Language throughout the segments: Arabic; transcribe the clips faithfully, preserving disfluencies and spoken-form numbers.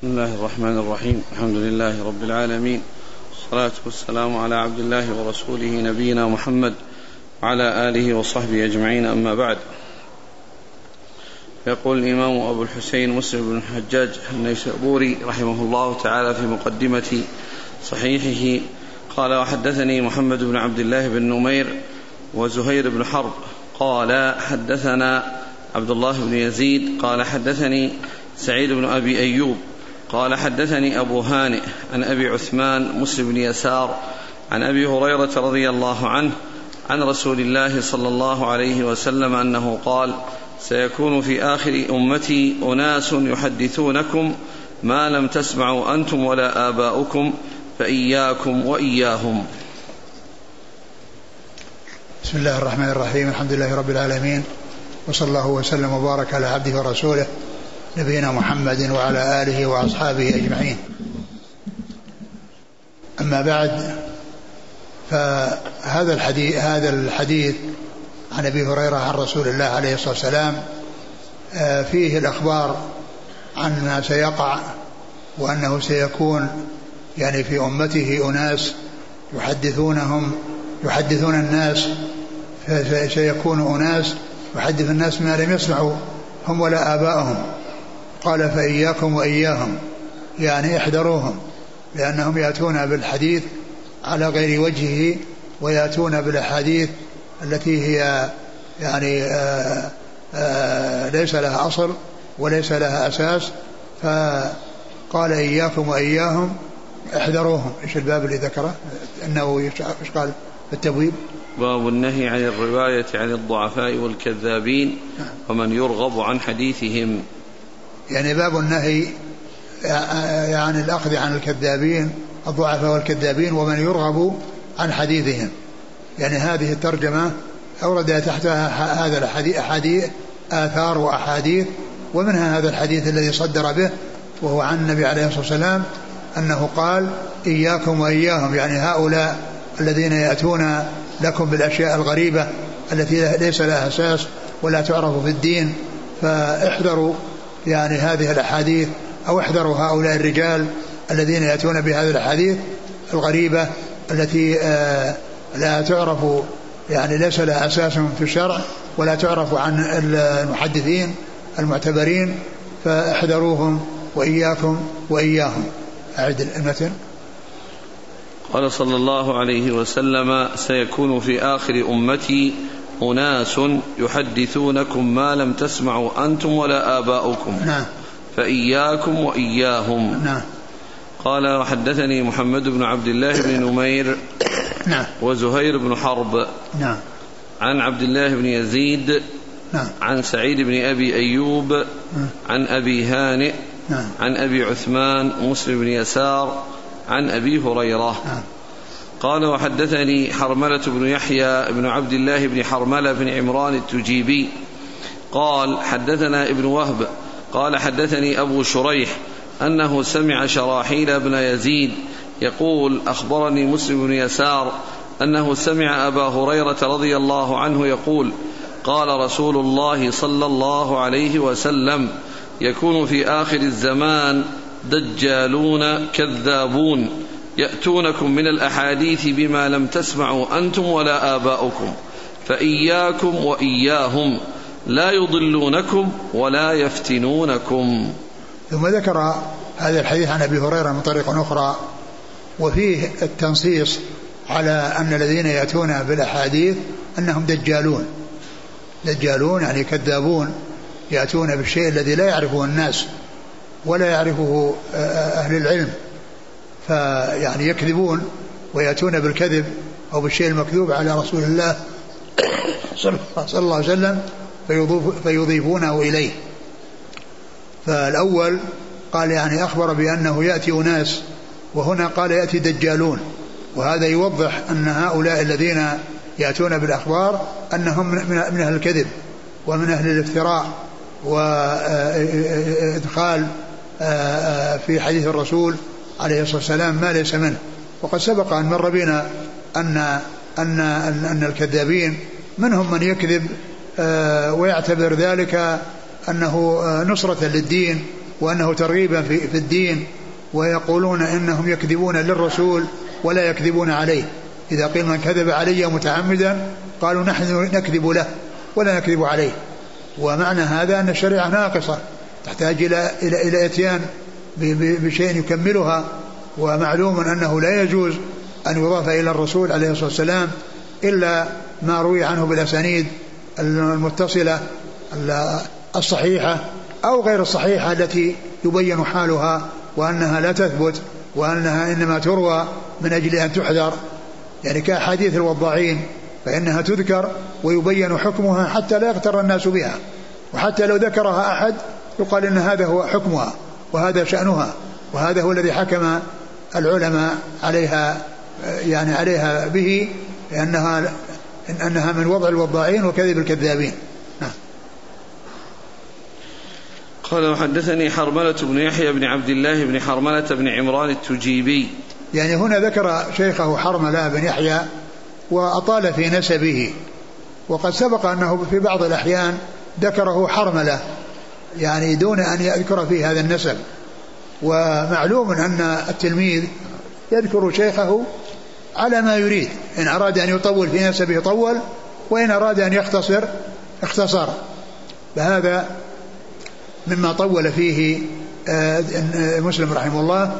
بسم الله الرحمن الرحيم. الحمد لله رب العالمين، والصلاة والسلام على عبد الله ورسوله نبينا محمد وعلى آله وصحبه أجمعين، أما بعد. يقول الإمام أبو الحسين مسلم بن الحجاج النيسابوري رحمه الله تعالى في مقدمة صحيحه قال: وحدثني محمد بن عبد الله بن نمير وزهير بن حرب قال حدثنا عبد الله بن يزيد قال حدثني سعيد بن أبي أيوب قال حدثني أبو هانئ عن أبي عثمان مسلم بن يسار عن أبي هريرة رضي الله عنه عن رسول الله صلى الله عليه وسلم أنه قال: سيكون في آخر أمتي أناس يحدثونكم ما لم تسمعوا أنتم ولا آباؤكم فإياكم وإياهم. بسم الله الرحمن الرحيم. الحمد لله رب العالمين، وصلى الله وسلم وبارك على عبده ورسوله نبينا محمد وعلى آله وأصحابه أجمعين. أما بعد، فهذا الحديث هذا الحديث عن أبي هريرة عن رسول الله عليه الصلاة والسلام فيه الأخبار عن ما سيقع، وأنه سيكون يعني في أمته أناس يحدثونهم يحدثون الناس، فسيكون أناس يحدث الناس ما لم يسمعوا هم ولا آباءهم. قال: فإياكم وإياهم، يعني احذروهم، لأنهم يأتون بالحديث على غير وجهه، ويأتون بالأحاديث التي هي يعني آآ آآ ليس لها أصل وليس لها أساس. فقال: إياكم وإياهم احذروهم. إيش الباب اللي ذكره؟ أنه إيش قال في التبويب؟ باب النهي عن الرواية عن الضعفاء والكذابين ومن يرغب عن حديثهم. يعني باب النهي يعني الأخذ عن الكذابين الضعفاء والكذابين ومن يرغب عن حديثهم. يعني هذه الترجمة أورد تحتها هذا الحديث أحاديث آثار وأحاديث، ومنها هذا الحديث الذي صدر به، وهو عن النبي عليه الصلاة والسلام أنه قال: إياكم وإياهم، يعني هؤلاء الذين يأتون لكم بالأشياء الغريبة التي ليس لها أساس ولا تعرف في الدين، فاحذروا يعني هذه الأحاديث، أو احذروا هؤلاء الرجال الذين يأتون بهذه الأحاديث الغريبة التي آه لا تعرف، يعني ليس لها أساس في الشرع ولا تعرف عن المحدثين المعتبرين، فاحذروهم وإياكم وإياهم. أعد المتن. قال صلى الله عليه وسلم: سيكون في آخر أمتي أناس يحدثونكم ما لم تسمعوا أنتم ولا آباؤكم. نعم. فإياكم وإياهم. نعم. قال: وحدثني محمد بن عبد الله بن نمير نعم. وزهير بن حرب نعم. عن عبد الله بن يزيد نعم. عن سعيد بن أبي أيوب نعم. عن أبي هانئ نعم. عن أبي عثمان مسلم بن يسار عن أبي هريرة. نعم. قال: وحدثني حرملة بن يحيى بن عبد الله بن حرملة بن عمران التجيبي قال: حدثنا ابن وهب قال: حدثني أبو شريح أنه سمع شراحيل بن يزيد يقول: أخبرني مسلم بن يسار أنه سمع أبا هريرة رضي الله عنه يقول: قال رسول الله صلى الله عليه وسلم: يكون في آخر الزمان دجالون كذابون يأتونكم من الأحاديث بما لم تسمعوا أنتم ولا آباؤكم فإياكم وإياهم لا يضلونكم ولا يفتنونكم. ثم ذكر هذا الحديث عن أبي هريرة من طريق أخرى، وفيه التنصيص على أن الذين يأتون بالأحاديث أنهم دجالون. دجالون يعني كذابون، يأتون بالشيء الذي لا يعرفه الناس ولا يعرفه أهل العلم، فيعني يكذبون ويأتون بالكذب أو بالشيء المكذوب على رسول الله صلى الله عليه وسلم فيضيفونه إليه. فالأول قال يعني أخبر بأنه يأتي أناس، وهنا قال يأتي دجالون، وهذا يوضح أن هؤلاء الذين يأتون بالأخبار أنهم من أهل الكذب ومن أهل الافتراء وإدخال في حديث الرسول عليه الصلاة والسلام ما ليس منه. وقد سبق أن مر بنا أن, أن, أن الكذابين منهم من يكذب ويعتبر ذلك أنه نصرة للدين وأنه ترغيبا في, في الدين، ويقولون إنهم يكذبون للرسول ولا يكذبون عليه. إذا قيل من كذب علي متعمدا قالوا نحن نكذب له ولا نكذب عليه. ومعنى هذا أن الشريعة ناقصة تحتاج إلى إلى إلى إتيان بشيء يكملها. ومعلوم أنه لا يجوز أن يضاف إلى الرسول عليه الصلاة والسلام إلا ما روي عنه بالأسانيد المتصلة الصحيحة أو غير الصحيحة التي يبين حالها وأنها لا تثبت وأنها إنما تروى من أجل أن تحذر، يعني كأحاديث الوضاعين فإنها تذكر ويبين حكمها حتى لا يغتر الناس بها، وحتى لو ذكرها أحد يقال إن هذا هو حكمها وهذا شأنها، وهذا هو الذي حكم العلماء عليها يعني عليها به، لأنها أنها من وضع الوضاعين وكذب الكذابين. قال وحدثني حرملة بن يحيى بن عبد الله بن حرملة بن عمران التجيبي. يعني هنا ذكر شيخه حرملة بن يحيى وأطال في نسبه، وقد سبق أنه في بعض الأحيان ذكره حرملة يعني دون أن يذكر فيه هذا النسب. ومعلوم أن التلميذ يذكر شيخه على ما يريد، إن أراد أن يطول في نسبه طول، وإن أراد أن يختصر اختصر. فهذا مما طول فيه مسلم رحمه الله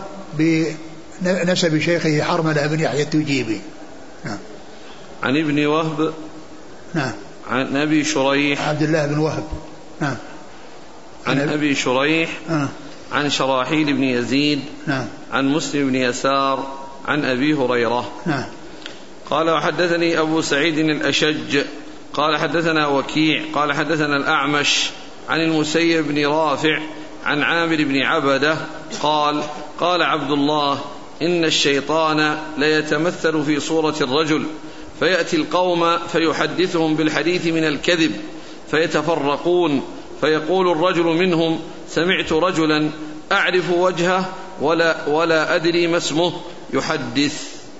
بنسب شيخه حرملة بن يحيى التجيبي. نعم. عن ابن وهب. نعم. عن أبي شريح عبد الله بن وهب. نعم. عن, عن أبي شريح. آه. عن شراحيل بن يزيد. نعم. عن مسلم بن يسار عن أبي هريرة. نعم. قال وحدثني أبو سعيد الأشج قال حدثنا وكيع قال حدثنا الأعمش عن المسيب بن رافع عن عامر بن عبدة قال قال عبد الله إن الشيطان ليتمثل في صورة الرجل فيأتي القوم فيحدثهم بالحديث من الكذب فيتفرقون فيقول الرجل منهم سمعت رجلا أعرف وجهه ولا, ولا أدري ما اسمه يحدث.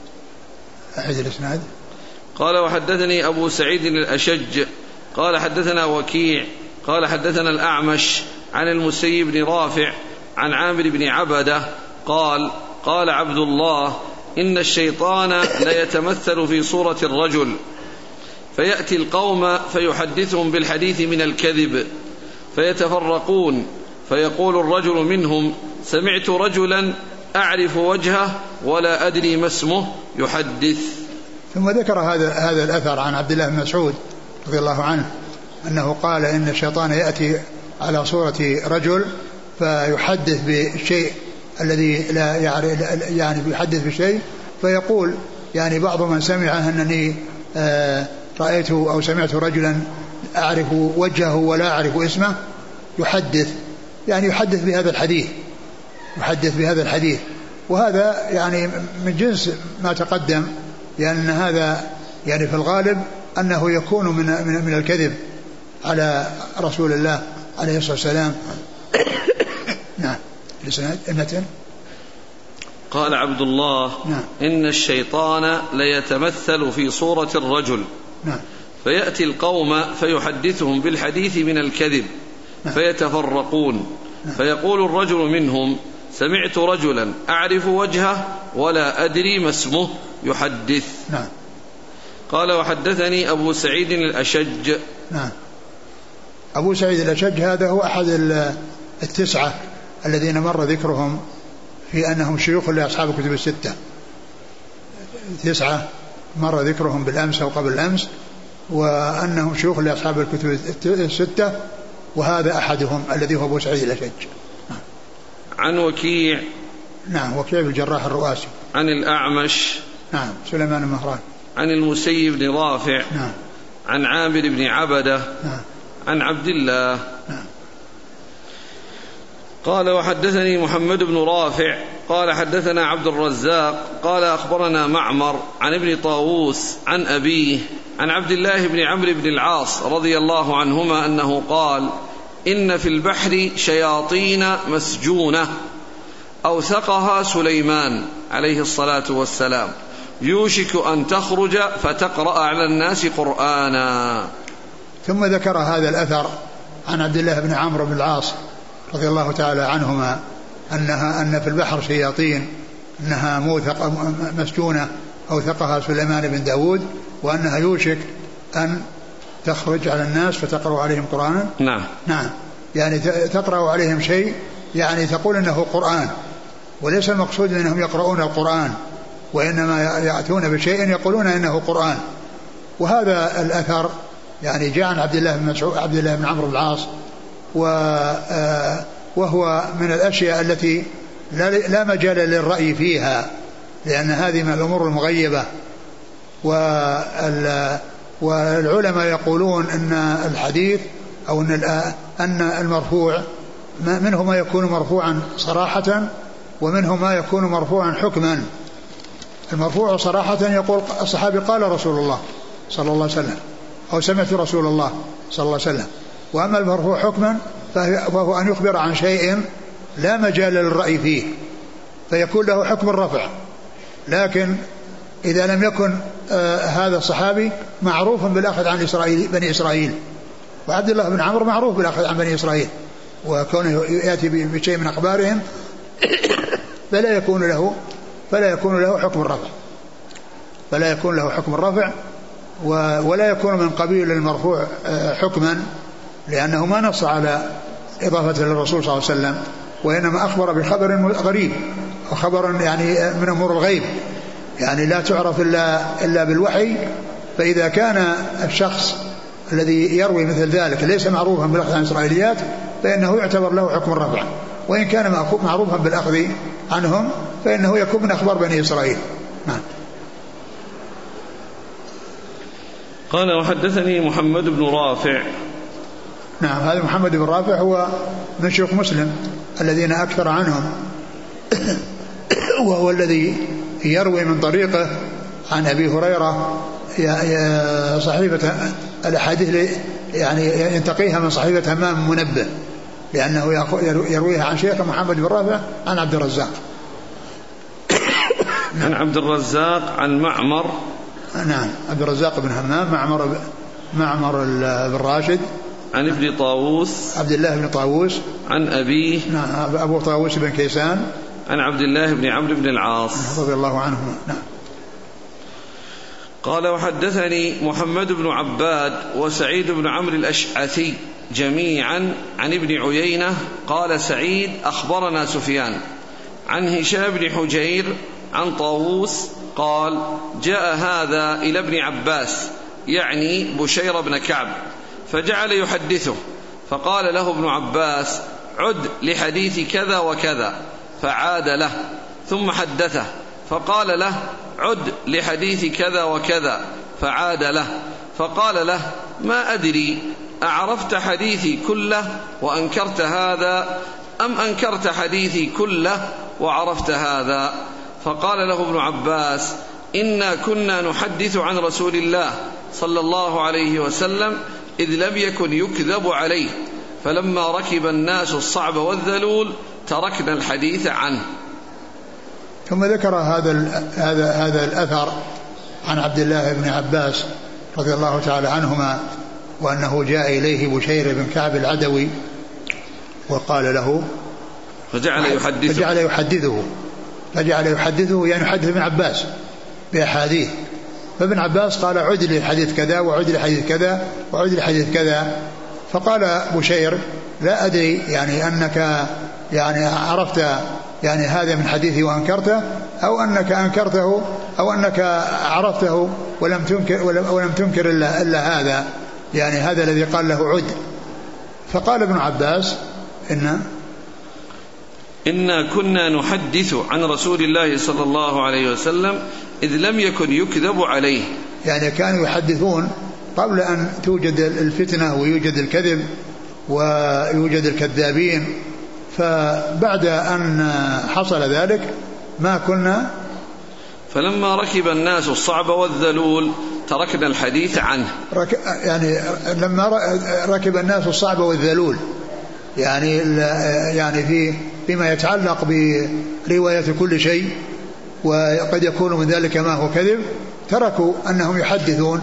أحد الإسناد. قال وحدثني أبو سعيد الأشج قال حدثنا وكيع قال حدثنا الأعمش عن المسيب بن رافع عن عامر بن عبدة قال قال عبد الله إن الشيطان ليتمثل في صورة الرجل فيأتي القوم فيحدثهم بالحديث من الكذب فيتفرقون فيقول الرجل منهم سمعت رجلا أعرف وجهه ولا أدري ما اسمه يحدث. ثم ذكر هذا هذا الأثر عن عبد الله بن مسعود رضي الله عنه أنه قال إن الشيطان يأتي على صورة رجل فيحدث بالشيء الذي لا يعرف، يعني يحدث بشيء فيقول يعني بعض من سمعه أنني آه رأيت أو سمعت رجلا أعرف وجهه ولا أعرف اسمه يحدث، يعني يحدث بهذا الحديث يحدث بهذا الحديث وهذا يعني من جنس ما تقدم، لأن هذا يعني في الغالب أنه يكون من من, من الكذب على رسول الله عليه الصلاة والسلام. نعم. المتن. قال عبد الله نعم. إن الشيطان ليتمثل في صورة الرجل نعم. فيأتي القوم فيحدثهم بالحديث من الكذب نعم. فيتفرقون نعم. فيقول الرجل منهم سمعت رجلا أعرف وجهه ولا أدري ما اسمه يحدث. نعم. قال وحدثني أبو سعيد الأشج. نعم. أبو سعيد الأشج هذا هو أحد التسعة الذين مر ذكرهم في أنهم شيوخ لأصحاب الكتب الستة، تسعة مر ذكرهم بالأمس أو قبل الأمس، وأنهم شيوخ لأصحاب الكتب الستة، وهذا أحدهم الذي هو أبو سعيد الأشج. عن وكيع. نعم. وكيع بالجراح الرؤاسي. عن الأعمش. نعم. سليمان المهران. عن المسيب بن رافع. نعم. عن عامر بن عبدة. نعم. عن عبد الله. نعم. قال وحدثني محمد بن رافع قال حدثنا عبد الرزاق قال أخبرنا معمر عن ابن طاووس عن أبيه عن عبد الله بن عمرو بن العاص رضي الله عنهما أنه قال إن في البحر شياطين مسجونة أوثقها سليمان عليه الصلاة والسلام يوشك أن تخرج فتقرأ على الناس قرآنا. ثم ذكر هذا الأثر عن عبد الله بن عمرو بن العاص رضي الله تعالى عنهما أنها أن في البحر شياطين أنها موثق مسجونة أوثقها سليمان بن داود وأنها يوشك أن تخرج على الناس فتقرأ عليهم قرآنا. نعم نعم يعني تقرأ عليهم شيء يعني تقول إنه قرآن، وليس المقصود أنهم يقرؤون القرآن، وإنما يأتون بشيء يقولون إنه قرآن. وهذا الأثر يعني جاء عن عبد الله بن مسعود عبد الله بن عمرو بن العاص، وهو من الأشياء التي لا مجال للرأي فيها، لأن هذه من الأمور المغيبة. والعلماء يقولون أن الحديث أو أن المرفوع منه ما يكون مرفوعا صراحة ومنه ما يكون مرفوعا حكما. المرفوع صراحة يقول الصحابي قال رسول الله صلى الله عليه وسلم أو سمعت رسول الله صلى الله عليه وسلم. وأما المرفوع حكما فهو أن يخبر عن شيء لا مجال للرأي فيه فيكون له حكم الرفع. لكن إذا لم يكن آه هذا الصحابي معروفا بالأخذ عن إسرائيل بني إسرائيل، وعبد الله بن عمرو معروف بالأخذ عن بني إسرائيل وكونه يأتي بشيء من أخبارهم فلا يكون له فلا يكون له حكم الرفع فلا يكون له حكم الرفع ولا يكون من قبيل المرفوع حكما، لأنه ما نص على إضافته للرسول صلى الله عليه وسلم، وإنما أخبر بخبر غريب وخبر يعني من أمور الغيب يعني لا تعرف إلا, إلا بالوحي. فإذا كان الشخص الذي يروي مثل ذلك ليس معروفا بالأخذ عن الإسرائيليات فإنه يعتبر له حكم الرفع، وإن كان معروفا بالأخذ عنهم فإنه يكون من أخبار بني إسرائيل. نعم. قال وحدثني محمد بن رافع. نعم هذا محمد بن رافع هو من شيوخ مسلم الذين أكثر عنهم وهو الذي يروي من طريقه عن أبي هريرة صحيفة الأحاديث يعني ينتقيها من صحيفة همام منبه، لأنه يرويها عن شيخ محمد بن رافع عن عبد الرزاق عن عبد الرزاق عن معمر. نعم عبد الرزاق بن همام معمر معمر بن راشد عن ابن طاووس عبد الله بن طاووس عن أبيه نعم أبو طاووس بن كيسان عن عبد الله بن عمرو بن العاص رضي الله عنهما. نعم. قال وحدثني محمد بن عباد وسعيد بن عمرو الأشعثي جميعا عن ابن عيينة قال سعيد أخبرنا سفيان عن هشام بن حجير عن طاووس قال جاء هذا إلى ابن عباس يعني بشير بن كعب فجعل يحدثه فقال له ابن عباس عد لحديث كذا وكذا فعاد له ثم حدثه فقال له عد لحديث كذا وكذا فعاد له فقال له ما أدري أعرفت حديثي كله وأنكرت هذا أم أنكرت حديثي كله وعرفت هذا؟ فقال له ابن عباس إنا كنا نحدث عن رسول الله صلى الله عليه وسلم إذ لم يكن يكذب عليه فلما ركب الناس الصعب والذلول تركنا الحديث عنه. ثم ذكر هذا هذا هذا الأثر عن عبد الله بن عباس رضي الله تعالى عنهما وأنه جاء إليه بشير بن كعب العدوي وقال له فجعل يحدثه فجعل يحدثه فجعل يحدثه يعني يحدث ابن عباس بأحاديث. فابن عباس قال عد لي حديث كذا وعد لي حديث كذا وعد لي حديث كذا. فقال بشير لا أدري يعني أنك يعني عرفت يعني هذا من حديثي وأنكرته أو أنك أنكرته أو أنك عرفته ولم تنكر ولم تنكر إلا, إلا هذا يعني هذا الذي قال له عد. فقال ابن عباس إن إنا كنا نحدث عن رسول الله صلى الله عليه وسلم إذ لم يكن يكذب عليه يعني كانوا يحدثون قبل أن توجد الفتنة ويوجد الكذب ويوجد الكذابين. فبعد أن حصل ذلك ما كنا فلما ركب الناس الصعب والذلول تركنا الحديث عنه رك يعني لما ركب الناس الصعب والذلول يعني يعني في فيما يتعلق برواية كل شيء وقد يكون من ذلك ما هو كذب تركوا أنهم يحدثون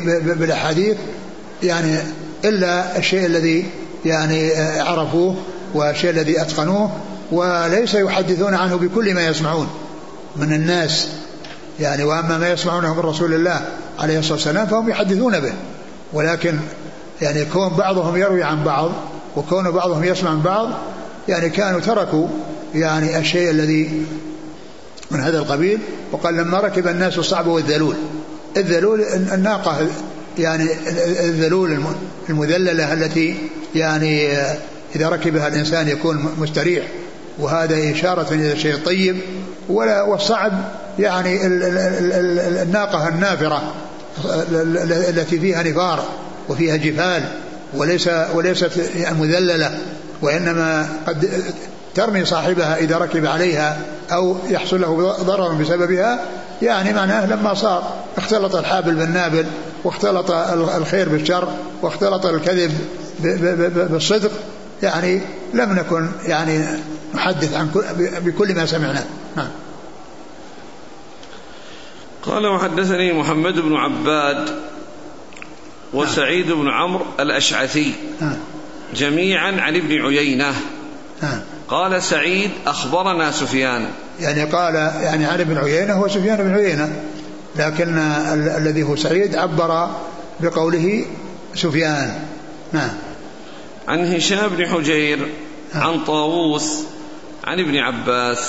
بالأحاديث يعني إلا الشيء الذي يعني عرفوه والشيء الذي أتقنوه، وليس يحدثون عنه بكل ما يسمعون من الناس يعني. وأما ما يسمعونه من رسول الله عليه الصلاة والسلام فهم يحدثون به، ولكن يعني كون بعضهم يروي عن بعض وكون بعضهم يسمع عن بعض يعني كانوا تركوا يعني الشيء الذي من هذا القبيل. وقال لما ركب الناس الصعب والذلول، الذلول الناقة يعني الذلول المذللة التي يعني إذا ركبها الإنسان يكون مستريح، وهذا إشارة إلى الشيء الطيب. ولا والصعب يعني الناقة النافرة التي فيها نفار وفيها جفال وليس وليست مذللة، وإنما قد ترمي صاحبها إذا ركب عليها أو يحصل له ضرر بسببها. يعني معناه لما صار اختلط الحابل بالنابل واختلط الخير بالشر واختلط الكذب بالصدق، يعني لم نكن يعني نحدث عن بكل ما سمعنا. نعم. قال وحدثني محمد بن عباد وسعيد بن عمرو الأشعثي جميعا عن ابن عيينة. قال سعيد أخبرنا سفيان، يعني قال يعني عن ابن عيينة هو سفيان بن عيينة، لكن الذي هو سعيد عبر بقوله سفيان. نعم. عن هشام بن حجير عن طاووس عن ابن عباس.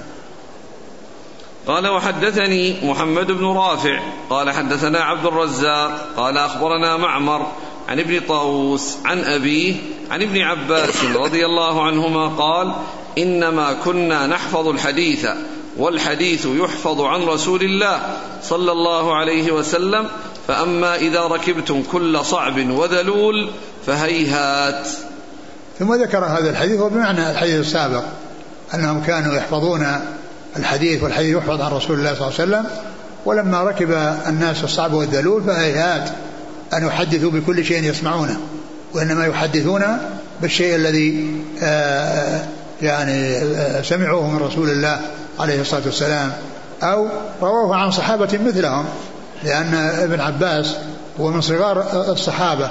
قال وحدثني محمد بن رافع قال حدثنا عبد الرزاق قال أخبرنا معمر عن ابن طاووس عن أبيه عن ابن عباس رضي الله عنهما قال إنما كنا نحفظ الحديث والحديث يحفظ عن رسول الله صلى الله عليه وسلم، فأما إذا ركبتم كل صعب وذلول فهيهات. ثم ذكر هذا الحديث وبمعنى الحديث السابق أنهم كانوا يحفظون الحديث والحديث يحفظ عن رسول الله صلى الله عليه وسلم، ولما ركب الناس الصعب والذلول فهيهات أن يحدثوا بكل شيء يسمعونه، وإنما يحدثون بالشيء الذي آآ يعني آآ سمعوه من رسول الله عليه الصلاة والسلام أو رواه عن صحابة مثلهم، لأن ابن عباس هو من صغار الصحابة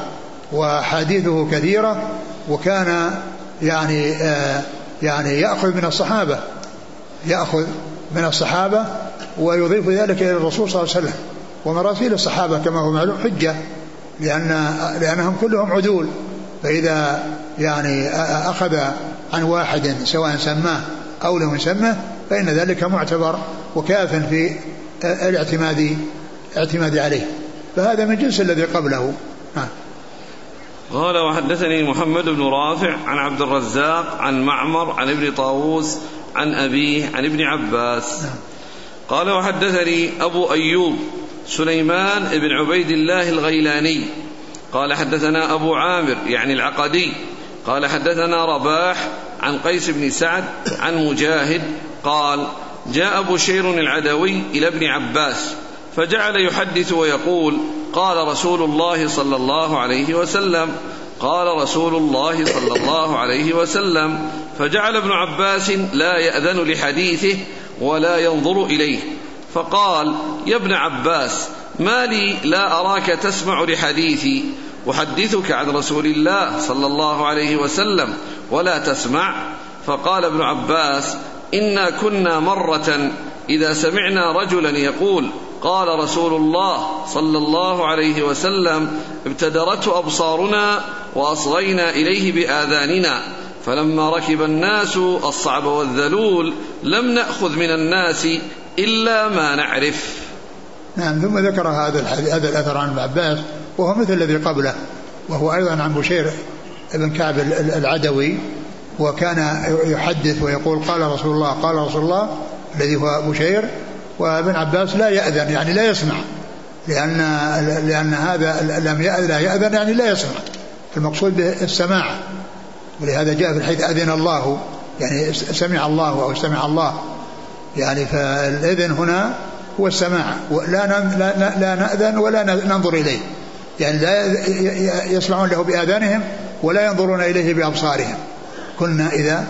وحديثه كثيرة، وكان يعني يعني يأخذ من الصحابة يأخذ من الصحابة ويضيف ذلك إلى الرسول صلى الله عليه وسلم. ومراسيل الصحابة كما هو معلوم حجة، لأن لأنهم كلهم عدول، فإذا يعني أخذ عن واحد سواء سماه أو لم يسمه فإن ذلك معتبر وكاف في الاعتماد اعتماد عليه، فهذا من جنس الذي قبله. ها. قال وحدثني محمد بن رافع عن عبد الرزاق عن معمر عن ابن طاووس عن أبيه عن ابن عباس. قال وحدثني أبو أيوب سليمان بن عبيد الله الغيلاني قال حدثنا أبو عامر يعني العقدي قال حدثنا رباح عن قيس بن سعد عن مجاهد قال جاء بشير العدوي إلى ابن عباس فجعل يحدث ويقول قال رسول الله صلى الله عليه وسلم قال رسول الله صلى الله عليه وسلم، فجعل ابن عباس لا يأذن لحديثه ولا ينظر إليه، فقال يا ابن عباس ما لي لا أراك تسمع لحديثي أحدثك عن رسول الله صلى الله عليه وسلم ولا تسمع؟ فقال ابن عباس إنا كنا مرة إذا سمعنا رجلا يقول قال رسول الله صلى الله عليه وسلم ابتدرته أبصارنا وأصغينا إليه بآذاننا، فلما ركب الناس الصعب والذلول لم نأخذ من الناس إلا ما نعرف. نعم. ثم ذكر هذا هذا الأثر عن ابن عباس وهو مثل الذي قبله، وهو أيضا عن بشير بن كعب العدوي، وكان يحدث ويقول قال رسول الله قال رسول الله الذي هو بشير، وابن عباس لا يأذن يعني لا يسمع، لأن لأن هذا لم يأذن لا يأذن يعني لا يسمع، المقصود به السماع، ولهذا جاء في الحديث أذن الله يعني سمع الله أو سمع الله، يعني فالإذن هنا هو السماع، ولا لا لا نأذن ولا ننظر إليه، يعني لا يسمعون له بآذانهم ولا ينظرون إليه بأبصارهم. كنا إذا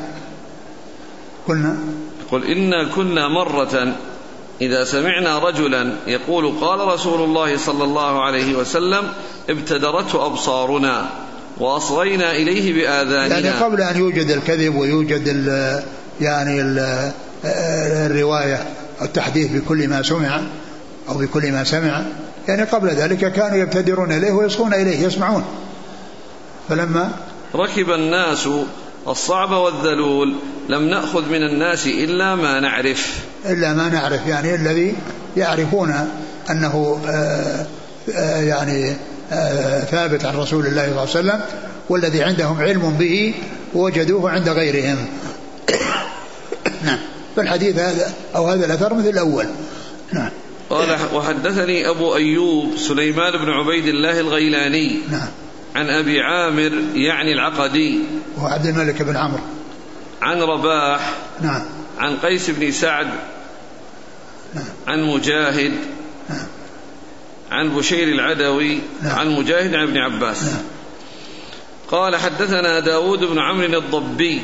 كنا قل إنا كنا مرة إذا سمعنا رجلا يقول قال رسول الله صلى الله عليه وسلم ابتدرته أبصارنا وأصغينا إليه بآذاننا. يعني قبل أن يوجد الكذب ويوجد ال يعني ال الرواية التحديث بكل ما سمع أو بكل ما سمع، يعني قبل ذلك كانوا يبتدرون إليه ويصغون إليه يسمعون. فلما ركب الناس الصعب والذلول لم نأخذ من الناس إلا ما نعرف إلا ما نعرف يعني الذي يعرفون أنه آآ آآ يعني آآ ثابت عن رسول الله صلى الله عليه وسلم، والذي عندهم علم به وجدوه عند غيرهم. نعم. فالحديث هذا أو هذا الأثر مثل الأول. نعم. قال وحدثني أبو أيوب سليمان بن عبيد الله الغيلاني نعم. عن أبي عامر يعني العقدي وعبد الملك بن عمرو عن رباح نعم. عن قيس بن سعد نعم. عن مجاهد نعم. عن بشير العدوي نعم. عن مجاهد عن ابن عباس نعم. قال حدثنا داود بن عمرو الضبي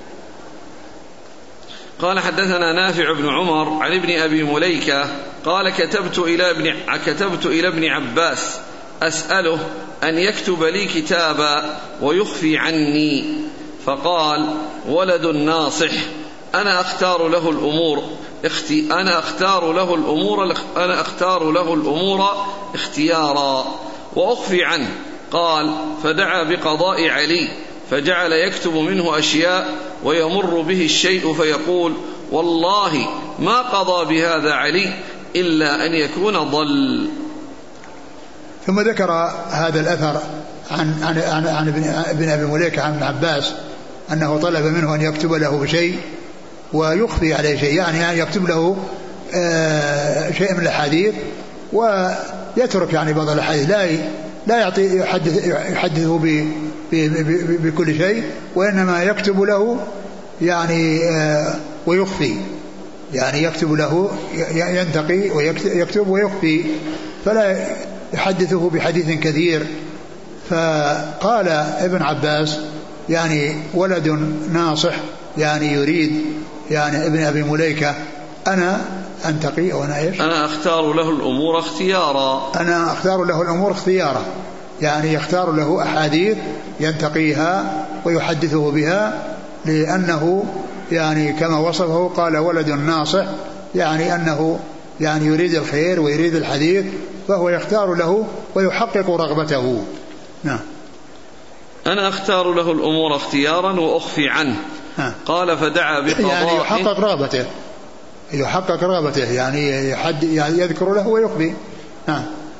قال حدثنا نافع بن عمر عن ابن أبي مليكة قال كتبت إلى ابن, كتبت إلى ابن عباس أسأله أن يكتب لي كتابا ويخفي عني، فقال ولد ناصح أنا أختار له الأمور اختي أنا أختار له الأمور أنا أختار له الأمور اختيارا وأخفي عنه. قال فدعا بقضاء علي فجعل يكتب منه أشياء ويمر به الشيء فيقول والله ما قضى بهذا علي إلا أن يكون ضل. ثم ذكر هذا الأثر عن, عن, عن, عن ابن أبي مليكة عن ابن عباس أنه طلب منه أن يكتب له بشيء ويخفي عليه شيء، يعني أن يكتب له آه شيء من الحديث ويترك يعني بعض الحديث، لا لا يعطي يحدث يحدثه بكل شيء، وإنما يكتب له يعني آه ويخفي، يعني يكتب له ينتقي ويكتب ويخفي، فلا يحدثه بحديث كثير. فقال ابن عباس يعني ولد ناصح يعني يريد يعني ابن أبي مليكة أنا أنتقي وأنا إيش أنا أختار له الأمور اختيارا أنا أختار له الأمور اختيارا يعني يختار له أحاديث ينتقيها ويحدثه بها، لأنه يعني كما وصفه قال ولد ناصح يعني أنه يعني يريد الخير ويريد الحديث، فهو يختار له ويحقق رغبته. نعم. أنا أختار له الأمور اختيارا وأخفي عنه. ها. قال فدعا بقضاء يعني يحقق رغبته يحقق رغبته يعني يحد يعني يذكر له ويخفي. ها.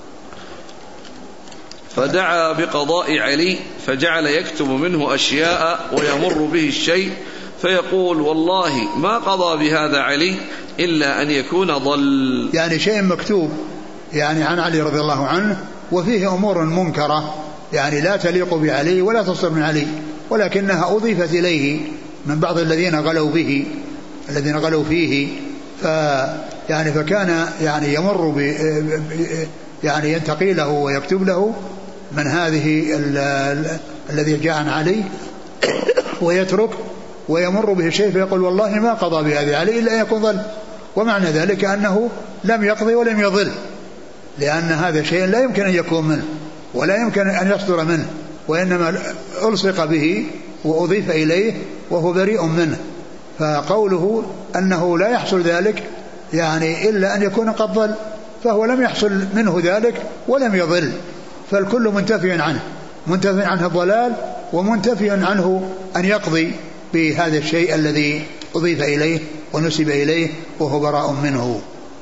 فدعا بقضاء علي فجعل يكتب منه أشياء ويمر به الشيء فيقول والله ما قضى بهذا علي إلا أن يكون ضل، يعني شيء مكتوب يعني عن علي رضي الله عنه وفيه أمور منكرة يعني لا تليق بعلي ولا تصدر من علي، ولكنها أضيفت إليه من بعض الذين غلوا به الذين غلوا فيه، ف يعني فكان يعني يمر ب يعني ينتقي له ويكتب له من هذه الذي جاء عن علي ويترك ويمر به شيء فيقول والله ما قضى بهذه علي إلا أن يكون ضل، ومعنى ذلك أنه لم يقضي ولم يضل، لأن هذا شيء لا يمكن أن يكون منه ولا يمكن أن يصدر منه، وإنما ألصق به وأضيف إليه وهو بريء منه. فقوله أنه لا يحصل ذلك يعني إلا أن يكون قد ضل، فهو لم يحصل منه ذلك ولم يضل، فالكل منتفي عنه منتفي عنه الضلال ومنتفي عنه أن يقضي بهذا الشيء الذي أضيف إليه ونسب إليه وهو براء منه.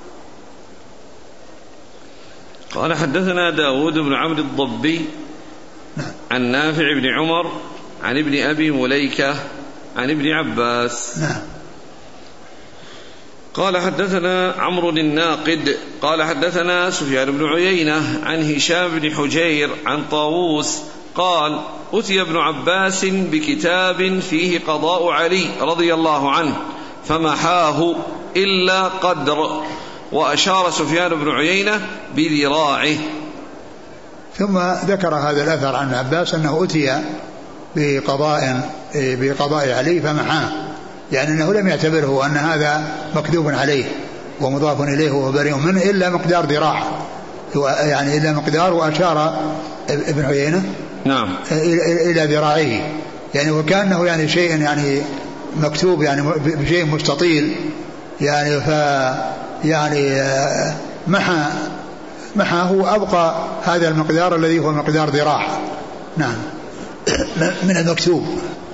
قال حدثنا داود بن عمرو الضبي عن نافع بن عمر عن ابن أبي مليكة عن ابن عباس. نعم. قال حدثنا عمرو الناقد قال حدثنا سفيان بن عيينة عن هشام بن حجير عن طاووس قال أتي ابن عباس بكتاب فيه قضاء علي رضي الله عنه فمحاه إلا قدر، وأشار سفيان بن عيينة بذراعه. ثم ذكر هذا الأثر عن عباس أنه أتي بقضاء بقضاء علي فمحاه، يعني أنه لم يعتبره أن هذا مكذوب عليه ومضاف إليه وهو بريء منه إلا مقدار ذراع، يعني إلا مقدار. وأشار ابن عيينة نعم. إلى ذراعيه يعني، وكأنه يعني شيء يعني مكتوب يعني بشيء مستطيل يعني، ف يعني محى محى هو أبقى هذا المقدار الذي هو مقدار ذراع نعم من المكتوب.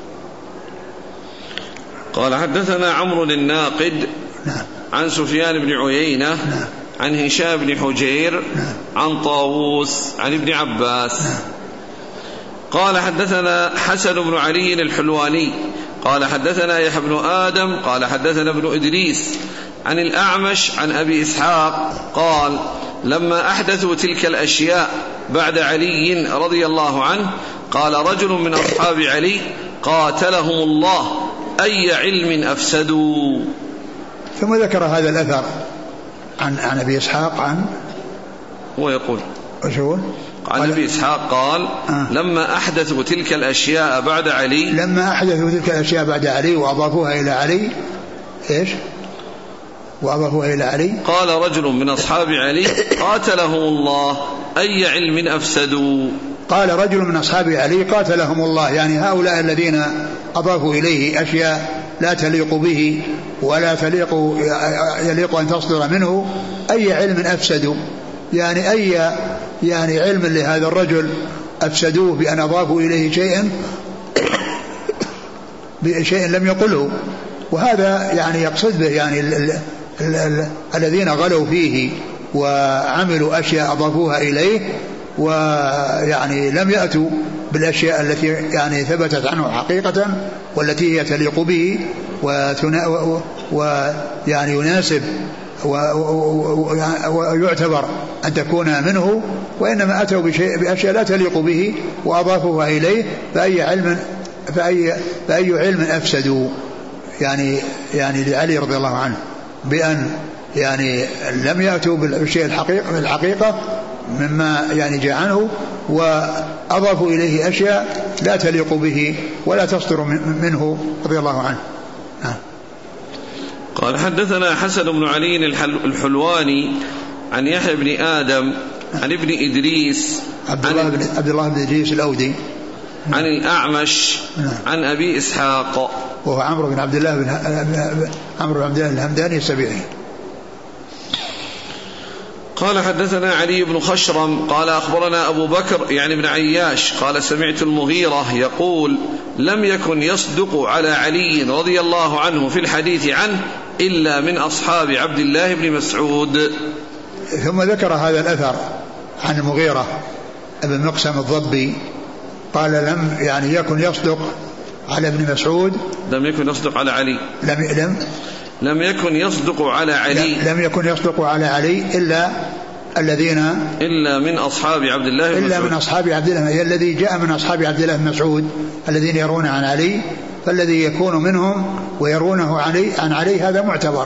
قال حدثنا عمرو الناقد نعم. عن سفيان بن عيينة نعم. عن هشام بن حجير نعم. عن طاووس عن ابن عباس نعم. قال حدثنا حسن بن علي الحلواني قال حدثنا يحيى بن آدم قال حدثنا ابن إدريس عن الأعمش عن أبي إسحاق قال لما أحدثوا تلك الأشياء بعد علي رضي الله عنه قال رجل من أصحاب علي قاتلهم الله أي علم أفسدوا. ثم ذكر هذا الأثر عن عن أبي إسحاق عن هو يقول وشو عن أبي إسحاق قال آه. لما أحدثوا تلك الأشياء بعد علي لما أحدثوا تلك الأشياء بعد علي وأضافوها إلى علي إيش وأضافوها إلى علي قال رجل من أصحاب علي قاتلهم الله أي علم أفسدوا. قال رجل من أصحاب علي قاتلهم الله يعني هؤلاء الذين أضافوا إليه أشياء لا تليق به ولا تليق يليق أن تصدر منه أي علم أفسدوا يعني أي يعني علم لهذا الرجل أفسدوه بأن أضافوا إليه شيئا بشيء لم يقله. وهذا يعني يقصد به يعني ال ال ال ال الذين غلوا فيه وعملوا أشياء أضافوها إليه ويعني لم يأتوا بالأشياء التي يعني ثبتت عنه حقيقة والتي هي تليق به ويعني يناسب ويعتبر أن تكون منه، وإنما أتوا بشيء بأشياء لا تليق به وأضافوها إليه فأي علم فأي, فأي علم أفسدوا يعني يعني لعلي رضي الله عنه بأن يعني لم يأتوا بالشيء الحقيقة الحقيقة مما يعني جاء عنه وأضافوا إليه أشياء لا تليق به ولا تصدر منه رضي الله عنه. آه. قال حدثنا حسن بن علي الحلواني عن يحيى بن آدم عن ابن إدريس عبد الله بن عبد الله بن إدريس الأودي عن الأعمش عن أبي إسحاق وهو عمرو بن عبد الله بن عمرو بن عبد الله الهمداني السبيعي. قال حدثنا علي بن خشرم قال أخبرنا أبو بكر يعني بن عياش قال سمعت المغيرة يقول لم يكن يصدق على علي رضي الله عنه في الحديث عنه إلا من أصحاب عبد الله بن مسعود. ثم ذكر هذا الأثر عن المغيرة ابن مقسم الضبي قال لم يعني يكن يصدق على ابن مسعود لم يكن يصدق على علي لم لم لم يكن يصدق على علي لم يكن يصدق على علي إلا الذين إلا من أصحاب عبد الله بن مسعود إلا من أصحاب عبد الله الذي جاء من أصحاب عبد الله بن مسعود الذين يرون عن علي، فالذي يكون منهم ويرونه علي عن علي هذا معتبر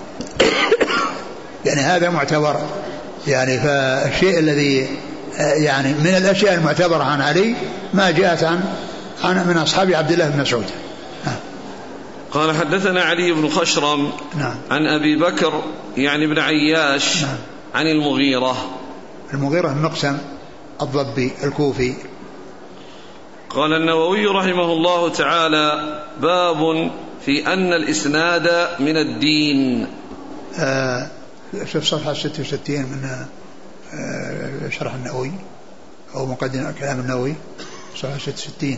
يعني هذا معتبر يعني. فالشيء الذي يعني من الأشياء المعتبرة عن علي ما جاءت عن عن من أصحاب عبد الله بن مسعود. قال حدثنا علي بن خشرم نعم. عن أبي بكر يعني بن عياش نعم. عن المغيرة المغيرة المقسم الضبي الكوفي. قال النووي رحمه الله تعالى باب في أن الإسناد من الدين. آه شوف صفحة ستة وستين من آه شرح النووي أو مقدمة كلام النووي صفحة ستة وستين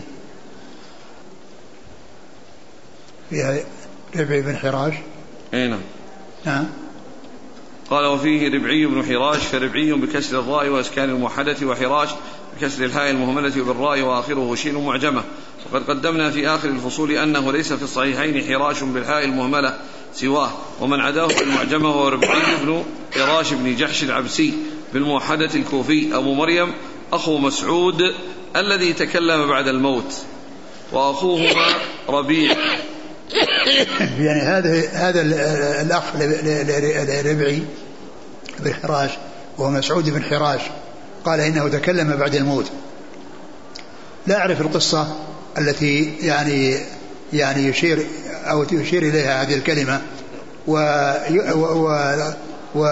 فيها ربعي بن حراش. اين نعم. قال وفيه ربعي بن حراش فربعي بكسر الراء واسكان الموحدة وحراش بكسر الهاء المهملة وبالراء واخره شين معجمة. وقد قدمنا في آخر الفصول أنه ليس في الصحيحين حراش بالهاء المهملة سواه ومن عداه بالمعجمة هو ربعي بن حراش بن جحش العبسي بالموحدة الكوفي أبو مريم أخو مسعود الذي تكلم بعد الموت وأخوهما ربيع. يعني هذا هذا الأخ لربعي بن حراش وهو مسعود بن حراش قال إنه تكلم بعد الموت. لا أعرف القصة التي يعني يعني يشير أو يشير إليها هذه الكلمة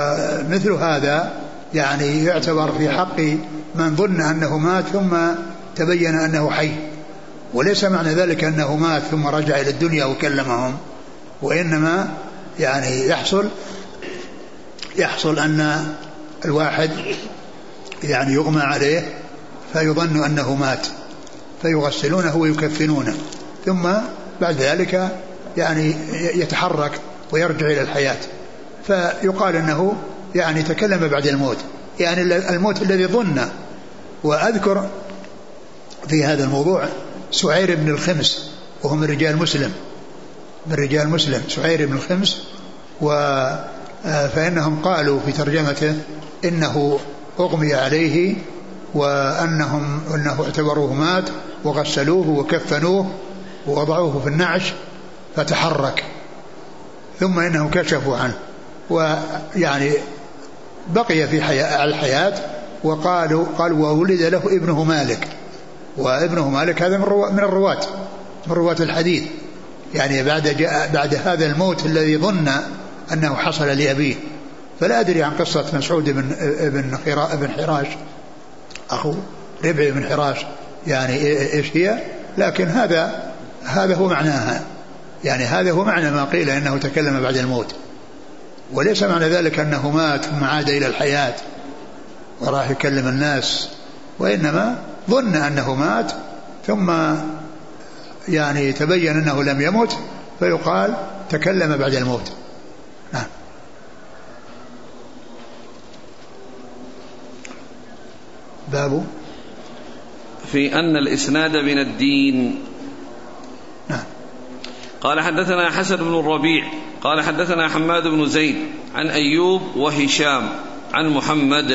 ومثل هذا يعني يعتبر في حق من ظن أنه مات ثم تبين أنه حي، وليس معنى ذلك أنه مات ثم رجع إلى الدنيا وكلمهم، وإنما يعني يحصل يحصل أن الواحد يعني يغمى عليه فيظن أنه مات فيغسلونه ويكفنونه، ثم بعد ذلك يعني يتحرك ويرجع إلى الحياة، فيقال أنه يعني تكلم بعد الموت، يعني الموت الذي ظن. وأذكر في هذا الموضوع سعير بن الخمس، وهو من رجال مسلم من رجال مسلم سعير بن الخمس، فإنهم قالوا في ترجمته إنه أغمي عليه، وأنهم أنه اعتبروه مات وغسلوه وكفنوه ووضعوه في النعش فتحرك، ثم إنهم كشفوا عنه، ويعني بقي في حياة الحياة. وقالوا قالوا وولد له ابنه مالك، وابنه مالك هذا من الرواة من رواة الحديث، يعني بعد جاء بعد هذا الموت الذي ظن أنه حصل لأبيه. فلا أدري عن قصة مسعود بن ابن ابن حراش أخو ربعي بن حراش يعني إيش هي، لكن هذا هذا هو معناها، يعني هذا هو معنى ما قيل إنه تكلم بعد الموت، وليس معنى ذلك أنه مات ثم عاد إلى الحياة وراح يكلم الناس، وإنما ظن أنه مات ثم يعني تبين أنه لم يمت فيقال تكلم بعد الموت. نعم. باب في أن الإسناد من الدين. نعم. قال حدثنا حسن بن الربيع قال حدثنا حماد بن زيد عن أيوب وهشام عن محمد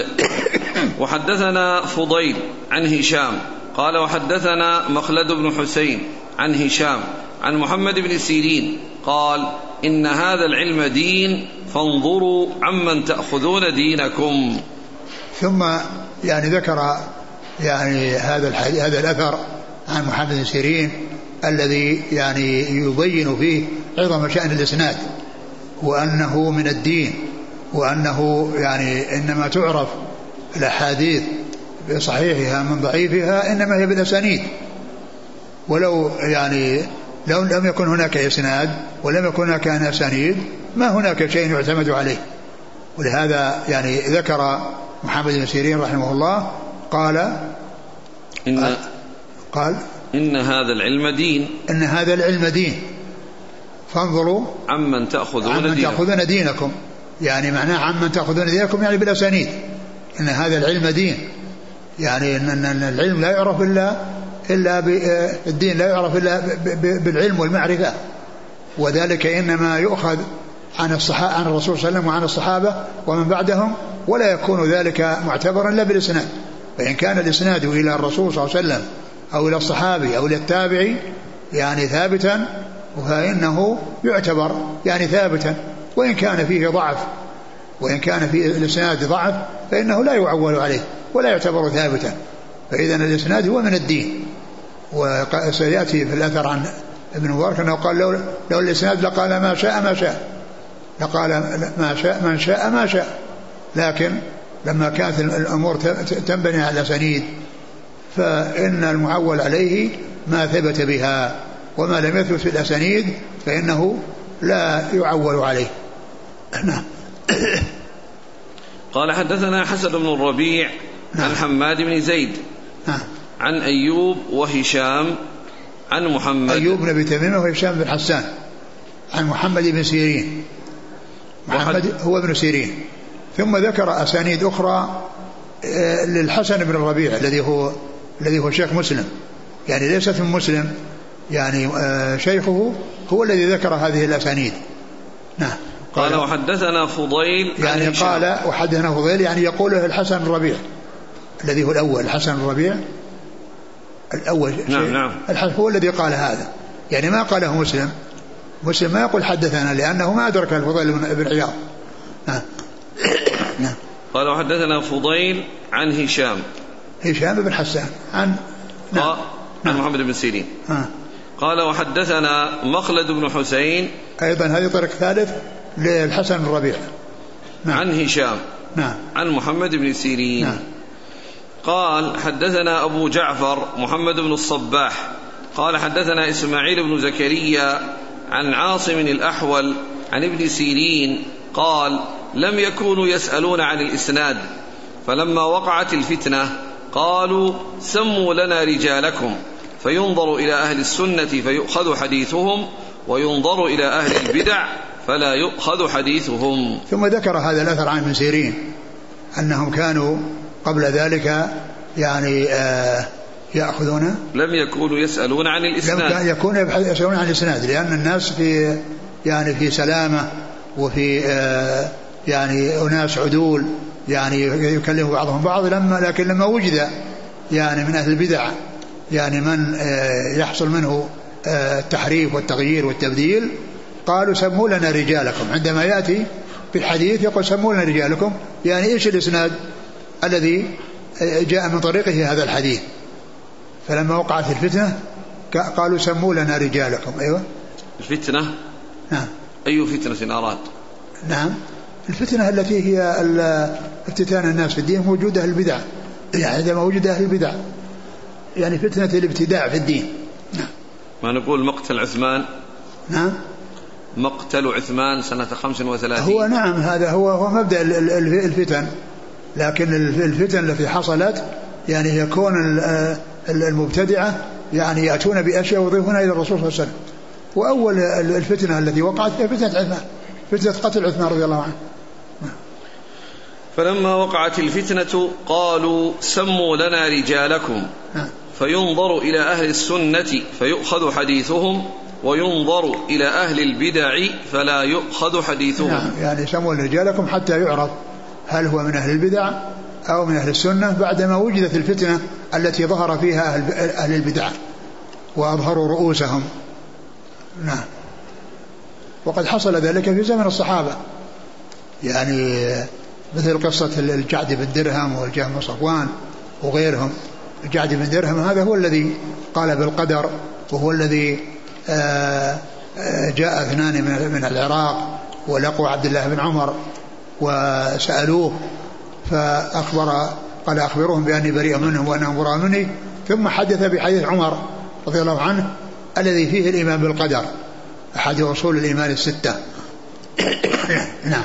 وحدثنا فضيل عن هشام قال وحدثنا مخلد بن حسين عن هشام عن محمد بن سيرين قال إن هذا العلم دين فانظروا عمن تأخذون دينكم. ثم يعني ذكر يعني هذا هذا الأثر عن محمد بن سيرين الذي يعني يبين فيه عظم شأن الإسناد، وأنه من الدين، وأنه يعني إنما تعرف الأحاديث بصحيحها من ضعيفها إنما هي بالأسانيد، ولو يعني لو لم يكن هناك إسناد ولم يكن هناك أسانيد ما هناك شيء يعتمد عليه. ولهذا يعني ذكر محمد بن سيرين رحمه الله قال إن قال إن هذا العلم دين إن هذا العلم دين فانظروا عمن تأخذون, عمن دينكم. تأخذون دينكم، يعني معناه عمن تأخذون دينكم يعني بالأسانيد. إن هذا العلم دين، يعني إن العلم لا يعرف إلا إلا بالدين لا يعرف إلا بالعلم والمعرفة، وذلك إنما يؤخذ عن الصحابة عن الرسول صلى الله عليه وسلم وعن الصحابة ومن بعدهم، ولا يكون ذلك معتبرا إلا بالإسناد. فإن كان الإسناد إلى الرسول صلى الله عليه وسلم أو إلى الصحابي أو إلى التابعي يعني ثابتا فإنه يعتبر يعني ثابتا، وإن كان فيه ضعف وإن كان في الإسناد ضعف فإنه لا يعول عليه ولا يعتبر ثابتا. فإذا الإسناد هو من الدين. وسيأتي في الأثر عن ابن مبارك أنه قال لو, لو الإسناد لقال ما شاء ما شاء لقال ما شاء من شاء ما شاء، لكن لما كانت الأمور تنبني على الأسانيد فإن المعول عليه ما ثبت بها، وما لم يثبت في الأسانيد فإنه لا يعول عليه. نعم. قال حدثنا حسن بن الربيع عن حماد بن زيد عن أيوب وهشام عن محمد أيوب بن أبي تميمة وهشام بن حسان عن محمد بن سيرين. محمد هو ابن سيرين. ثم ذكر أسانيد أخرى للحسن بن الربيع الذي هو الذي هو شيخ مسلم، يعني ليست من مسلم، يعني شيخه هو الذي ذكر هذه الأسانيد. نعم. قال وحدثنا فضيل يعني قال وحدثنا فضيل يعني يقوله الحسن الربيع الذي هو الأول. الحسن الربيع الأول نعم نعم هو الذي قال هذا، يعني ما قاله مسلم. مسلم ما يقول حدثنا لأنه ما أدرك الفضيل بن عياض. نعم. نعم. قال وحدثنا فضيل عن هشام هشام بن حسان عن نعم. عن نعم. محمد بن سيرين. آه. قال وحدثنا مخلد بن حسين أيضا هذه طريق ثالث للحسن الربيع. نعم. عن هشام نعم. عن محمد بن سيرين. نعم. قال حدثنا أبو جعفر محمد بن الصباح قال حدثنا إسماعيل بن زكريا عن عاصم الأحول عن ابن سيرين قال لم يكونوا يسألون عن الإسناد، فلما وقعت الفتنة قالوا سموا لنا رجالكم، فينظر إلى أهل السنة فيؤخذ حديثهم، وينظر إلى أهل البدع فلا يؤخذ حديثهم. ثم ذكر هذا الأثر عن ابن سيرين أنهم كانوا قبل ذلك يعني آه يأخذون لم يكونوا يسألون عن الإسناد، لم يكونوا يسألون عن الإسناد، لأن الناس في يعني في سلامة وفي آه يعني أناس عدول يعني يكلم بعضهم بعض، لما لكن لما وجد يعني من أهل البدع يعني من آه يحصل منه آه التحريف والتغيير والتبديل قالوا سموا لنا رجالكم. عندما يأتي في الحديث يقول سموا لنا رجالكم، يعني إيش الإسناد الذي جاء من طريقه هذا الحديث. فلما وقعت الفتنة قالوا سموا لنا رجالكم. أيوة الفتنة. نعم. أي فتنة أراد؟ نعم الفتنة التي هي افتتان الناس في الدين، موجودة البدع، يعني عندما وجد أهل البدع يعني فتنة الابتداع في الدين. نعم. ما نقول مقتل عثمان. نعم مقتل عثمان سنة خمس وثلاثين. هو نعم هذا هو هو مبدأ الفتن، لكن الفتن التي حصلت يعني يكون المبتدعة يعني يأتون بأشياء ويضيفونها إلى الرسول صلى الله عليه وسلم. وأول الفتنة التي وقعت هي فتنة عثمان، فتنة قتل عثمان رضي الله عنه. فلما وقعت الفتنة قالوا سموا لنا رجالكم، فينظر إلى أهل السنة فيؤخذ حديثهم، وينظر إلى أهل البدع فلا يؤخذ حديثهم. نعم يعني سموا رجالكم حتى يعرف هل هو من أهل البدع أو من أهل السنة، بعدما وجدت الفتنة التي ظهر فيها أهل البدع وأظهروا رؤوسهم. نعم. وقد حصل ذلك في زمن الصحابة، يعني مثل قصة الجعد بن درهم والجهم بن صفوان وغيرهم. الجعد بن درهم هذا هو الذي قال بالقدر، وهو الذي جاء اثنان من العراق ولقوا عبد الله بن عمر وسألوه فأخبر قال أخبرهم بأني بريء منهم وأنهم براء مني، ثم حدث بحديث عمر رضي الله عنه الذي فيه الإيمان بالقدر، أحد أصول الإيمان الستة. نعم.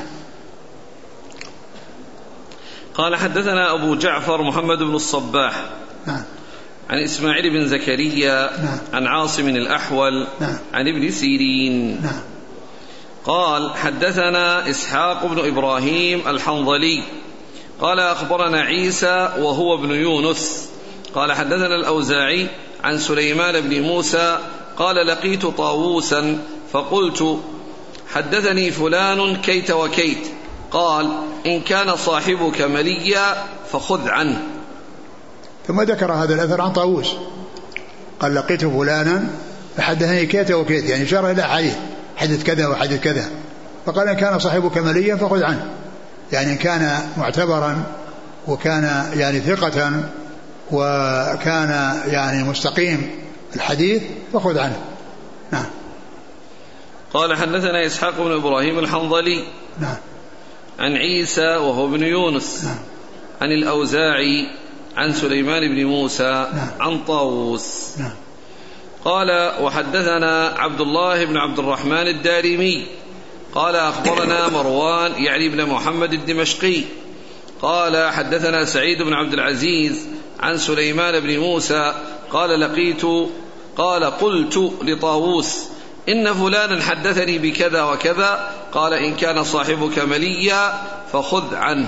قال حدثنا أبو جعفر محمد بن الصباح نعم. عن إسماعيل بن زكريا نعم. عن عاصم الأحول نعم. عن ابن سيرين نعم. قال حدثنا إسحاق بن إبراهيم الحنظلي قال أخبرنا عيسى وهو ابن يونس قال حدثنا الأوزاعي عن سليمان بن موسى قال لقيت طاووسا فقلت حدثني فلان كيت وكيت، قال إن كان صاحبك مليا فخذ عنه. ثم ذكر هذا الأثر عن طاووس قال لقيت فلانا فحدثني كيت وكيت، يعني شرح إلى حديث حدث كذا وحدث كذا، فقال إن كان صاحبك مليا فخذ عنه، يعني كان معتبرا وكان يعني ثقة وكان يعني مستقيم الحديث فخذ عنه. نعم. قال حدثنا إسحاق بن إبراهيم الحنظلي نعم. عن عيسى وهو ابن يونس نعم. عن الأوزاعي عن سليمان بن موسى نعم. عن طاووس نعم. قال وحدثنا عبد الله بن عبد الرحمن الدارمي قال أخبرنا مروان يعني بن محمد الدمشقي قال حدثنا سعيد بن عبد العزيز عن سليمان بن موسى قال لقيت قال قلت لطاووس إن فلانا حدثني بكذا وكذا، قال إن كان صاحبك مليا فخذ عنه.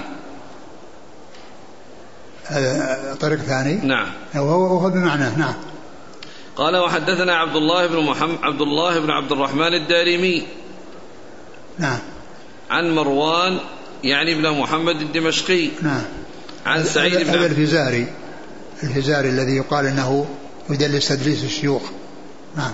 هذا طريق ثاني. نعم. وهو بمعنى. نعم. قال وحدثنا عبد الله بن محمد عبد الله بن عبد الرحمن الدارمي نعم. عن مروان يعني ابن محمد الدمشقي نعم. عن سعيد بن هذا الفزاري الفزاري الذي يقال انه يدلس تدليس الشيوخ. نعم.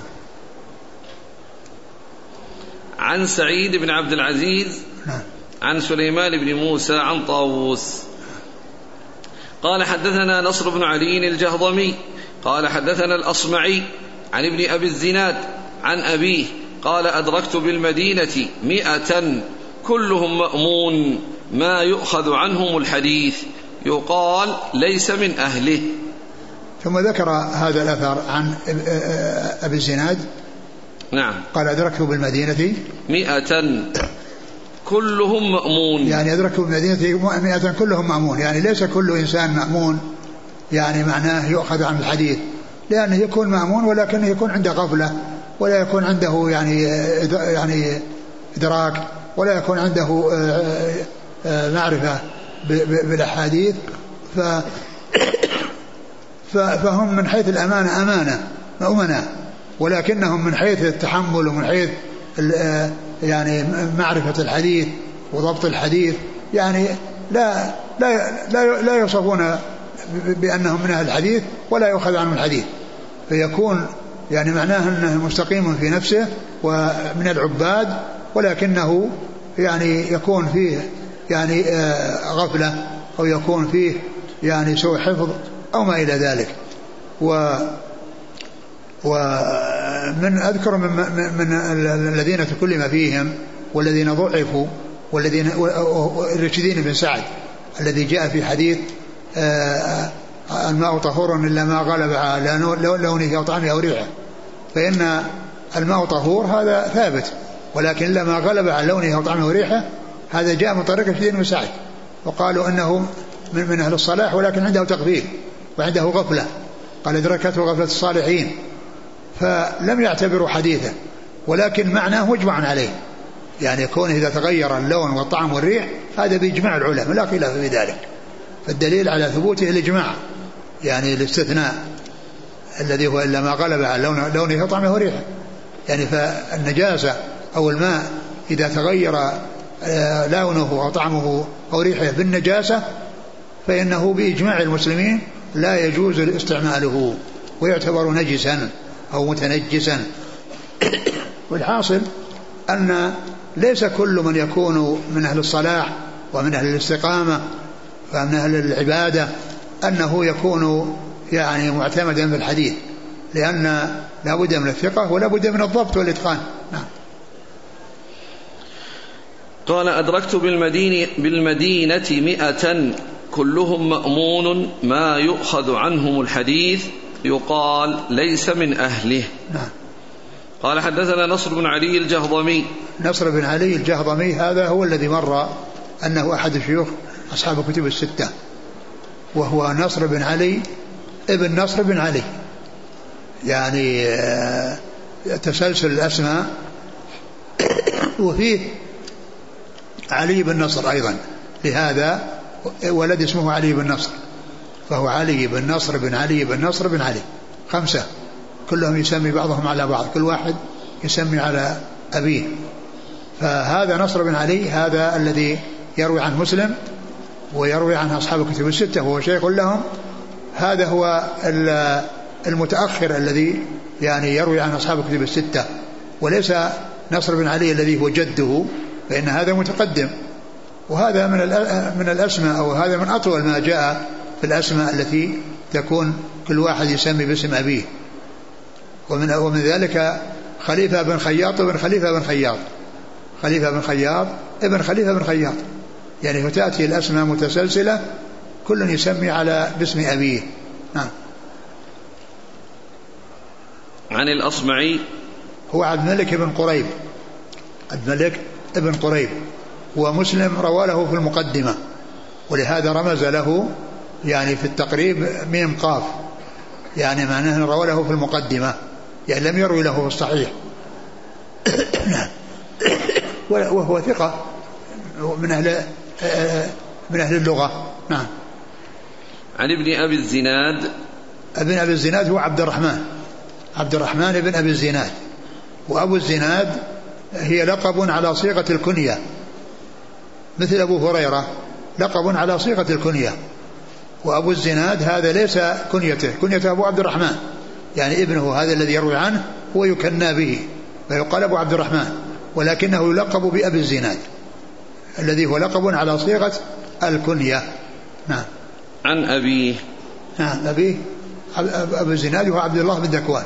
عن سعيد بن عبد العزيز نعم. عن سليمان بن موسى عن طاووس قال حدثنا نصر بن علي الجهضمي قال حدثنا الأصمعي عن ابن أبي الزناد عن أبيه قال أدركت بالمدينة مئة كلهم مأمون ما يؤخذ عنهم الحديث يقال ليس من أهله. ثم ذكر هذا الأثر عن أبي الزناد. نعم. قال أدركه بالمدينة مئة كلهم مأمون، يعني أدركه بالمدينة مئة كلهم مأمون، يعني ليس كل إنسان مأمون يعني معناه يؤخذ عن الحديث، لأنه يكون مأمون ولكنه يكون عنده غفلة، ولا يكون عنده يعني يعني إدراك، ولا يكون عنده معرفة بالأحاديث. ف فهم من حيث الأمانة أمانة مؤمنة، ولكنهم من حيث التحمل ومن حيث يعني معرفة الحديث وضبط الحديث يعني لا لا لا, لا يوصفون بأنهم من أهل الحديث ولا يؤخذ عنهم الحديث، فيكون يعني معناه أنه مستقيم في نفسه ومن العباد، ولكنه يعني يكون فيه يعني غفلة أو يكون فيه يعني سوء حفظ أو ما إلى ذلك. و ومن أذكر من, من الذين تكلم فيهم والذين ضعفوا والذين الرشدين بن سعد الذي جاء في حديث الماء طهور إلا ما غلب على لونه أو طعمه أو ريحه، فإن الماء طهور هذا ثابت، ولكن إلا ما غلب على لونه أو طعمه أو ريحه هذا جاء من طريق الرشدين بن سعد، وقالوا أنه من, من أهل الصلاح ولكن عنده تغفيل وعنده غفلة، قال أدركته غفلة الصالحين، فلم يعتبروا حديثا، ولكن معناه مجمع عليه، يعني يكون إذا تغير اللون والطعم والريح هذا بإجماع العلماء لا خلاف في ذلك، فالدليل على ثبوته الإجماع، يعني الاستثناء الذي هو إلا ما غلب على لونه وطعمه وريحه، يعني فالنجاسة أو الماء إذا تغير لونه أو طعمه أو ريحه بالنجاسة فإنه بإجماع المسلمين لا يجوز استعماله ويعتبر نجسا أو متنجسا. والحاصل أن ليس كل من يكون من أهل الصلاح ومن أهل الاستقامة ومن أهل العبادة أنه يكون يعني معتمدا بالحديث، لأن لا بد من الثقة ولا بد من الضبط والإتقان. نعم. قال أدركت بالمدينة, بالمدينة مئة كلهم مأمون ما يؤخذ عنهم الحديث يقال ليس من أهله. نعم. قال حدثنا نصر بن علي الجهضمي. نصر بن علي الجهضمي هذا هو الذي مر أنه أحد شيوخ أصحاب الكتب الستة، وهو نصر بن علي ابن نصر بن علي، يعني تسلسل الأسماء، وفيه علي بن نصر أيضا، لهذا ولد اسمه علي بن نصر، فهو علي بن نصر بن علي بن نصر بن علي، خمسة كلهم يسمي بعضهم على بعض، كل واحد يسمي على أبيه. فهذا نصر بن علي هذا الذي يروي عن مسلم ويروي عن أصحاب الكتب الستة وهو شيخ لهم، هذا هو المتأخر الذي يعني يروي عن أصحاب الكتب الستة، وليس نصر بن علي الذي هو جده، فإن هذا متقدم، وهذا من من الأسماء أو هذا من أطول ما جاء في الأسماء التي تكون كل واحد يسمي باسم أبيه. ومن ومن ذلك خليفة بن خياط وابن خليفة بن خياط، خليفة بن خياط ابن خليفة بن خياط، يعني فتأتي الأسماء متسلسلة كل يسمي على باسم أبيه. نعم. عن الأصمعي هو عبد الملك بن قريب، عبد الملك بن قريب، ومسلم روى له في المقدمة، ولهذا رمز له يعني في التقريب ميم قاف، يعني معناه روى له في المقدمة، يعني لم يروي له في الصحيح. وهو ثقة من أهل من أهل اللغة. نعم. عن ابن أبي الزناد. ابن أبي الزناد هو عبد الرحمن، عبد الرحمن ابن أبي الزناد، وأبو الزناد هي لقب على صيغة الكنية، مثل أبو هريرة لقب على صيغة الكنية، وأبو الزناد هذا ليس كنيته، كنيته أبو عبد الرحمن، يعني ابنه هذا الذي يروي عنه هو يكنى به فيقال أبو عبد الرحمن، ولكنه يلقب بأبي الزناد الذي هو لقب على صيغة الكنية. نعم. عن أبيه. نعم أبيه أبو الزناد هو عبد الله بن ذكوان.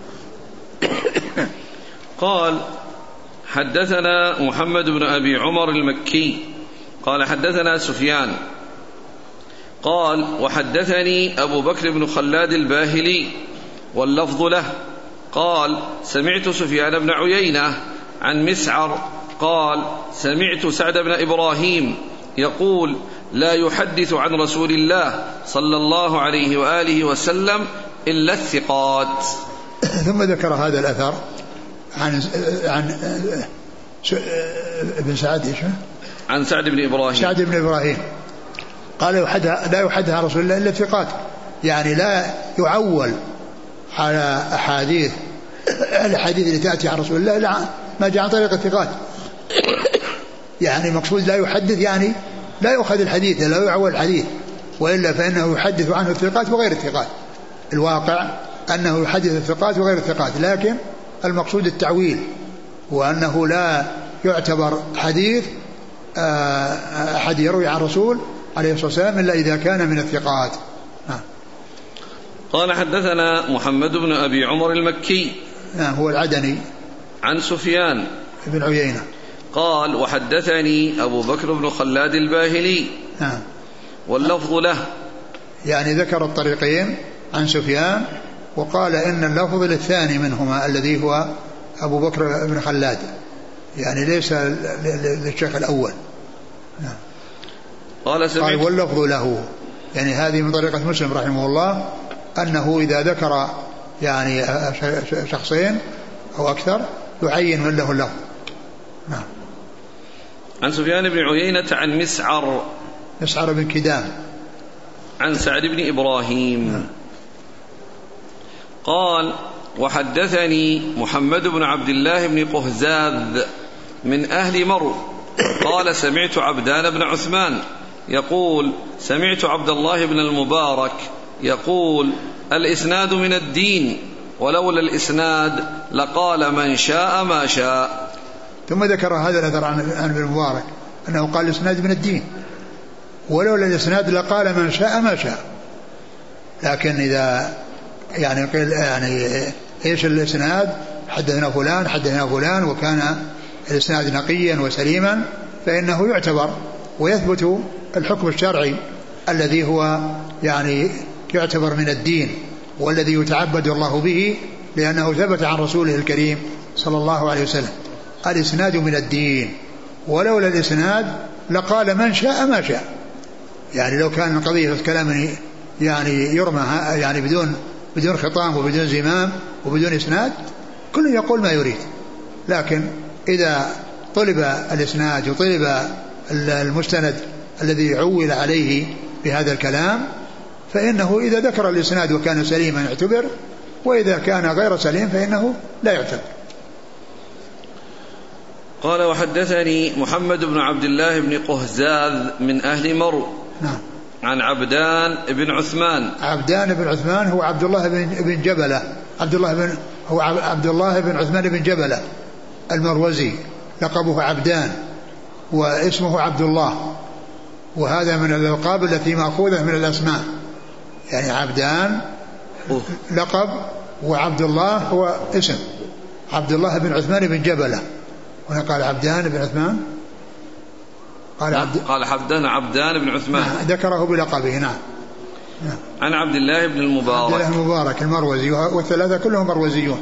قال حدثنا محمد بن أبي عمر المكي قال حدثنا سفيان قال وحدثني أبو بكر بن خلاد الباهلي واللفظ له قال سمعت سفيان بن عيينة عن مسعر قال سمعت سعد بن إبراهيم يقول لا يحدث عن رسول الله صلى الله عليه وآله وسلم إلا الثقات. ثم ذكر هذا الأثر عن عن ابن سعد إيش عن سعد بن إبراهيم سعد بن إبراهيم قال لا يحدث عن رسول الله إلا الثقات، يعني لا يعول على أحاديث الحديث اللي تأتي عن رسول الله لا ما جاء عن طريق الثقات، يعني مقصود لا يحدث يعني لا يؤخذ الحديث لا يعول الحديث، وإلا فإنه يحدث عنه الثقات وغير الثقات. الواقع أنه يحدث الثقات وغير الثقات، لكن المقصود التعويل، وأنه لا يعتبر حديث أحد يروي عن رسول عليه الصلاة والسلام إلا إذا كان من الثقات. قال حدثنا محمد بن أبي عمر المكي نعم هو العدني عن سفيان بن عيينة قال وحدثني أبو بكر بن خلاد الباهلي نعم واللفظ له، يعني ذكر الطريقين عن سفيان وقال إن اللفظ للثاني منهما الذي هو أبو بكر بن خلاد، يعني ليس للشيخ الأول. نعم. قال, قال واللفظ له، يعني هذه من طريقة مسلم رحمه الله أنه إذا ذكر يعني شخصين أو أكثر يعين من له اللفظ. نعم. عن سفيان بن عيينة عن مسعر مسعر بن كدام عن سعد بن إبراهيم. نعم. قال وحدثني محمد بن عبد الله بن قهزاذ من أهل مرو قال سمعت عبدان بن عثمان يقول سمعت عبد الله بن المبارك يقول الإسناد من الدين ولولا الإسناد لقال من شاء ما شاء. ثم ذكر هذا الأثر عن ابن المبارك أنه قال الإسناد من الدين ولولا الإسناد لقال من شاء ما شاء، لكن إذا يعني قيل يعني إيش الإسناد حدثنا فلان حدثنا فلان وكان الإسناد نقيا وسليما فإنه يعتبر ويثبت الحكم الشرعي الذي هو يعني يعتبر من الدين والذي يتعبد الله به لأنه ثبت عن رسوله الكريم صلى الله عليه وسلم. الإسناد من الدين ولولا الإسناد لقال من شاء ما شاء، يعني لو كان القضية كلام يعني يرمى يعني بدون بدون خطام وبدون زمام وبدون إسناد كل يقول ما يريد، لكن إذا طلب الإسناد وطلب المستند الذي عول عليه بهذا الكلام فإنه إذا ذكر الإسناد وكان سليما يعتبر، وإذا كان غير سليم فإنه لا يعتبر. قال وحدثني محمد بن عبد الله بن قهزاذ من أهل مرو نعم عن عبدان بن عثمان. عبدان بن عثمان هو عبد الله بن جبلة عبد الله بن هو عبد الله بن عثمان بن جبلة المروزي، لقبه عبدان واسمه عبد الله، وهذا من الألقاب التي مأخوذة من الأسماء، يعني عبدان لقب وعبد الله هو اسم، عبد الله بن عثمان بن جبلة. هنا قال عبدان بن عثمان قال عبد قال عبدان عبدان بن عثمان ذكره بلقبه. نعم. عن عبد الله بن المبارك عبد الله المبارك المروزي والثلاثة كلهم مروزيون.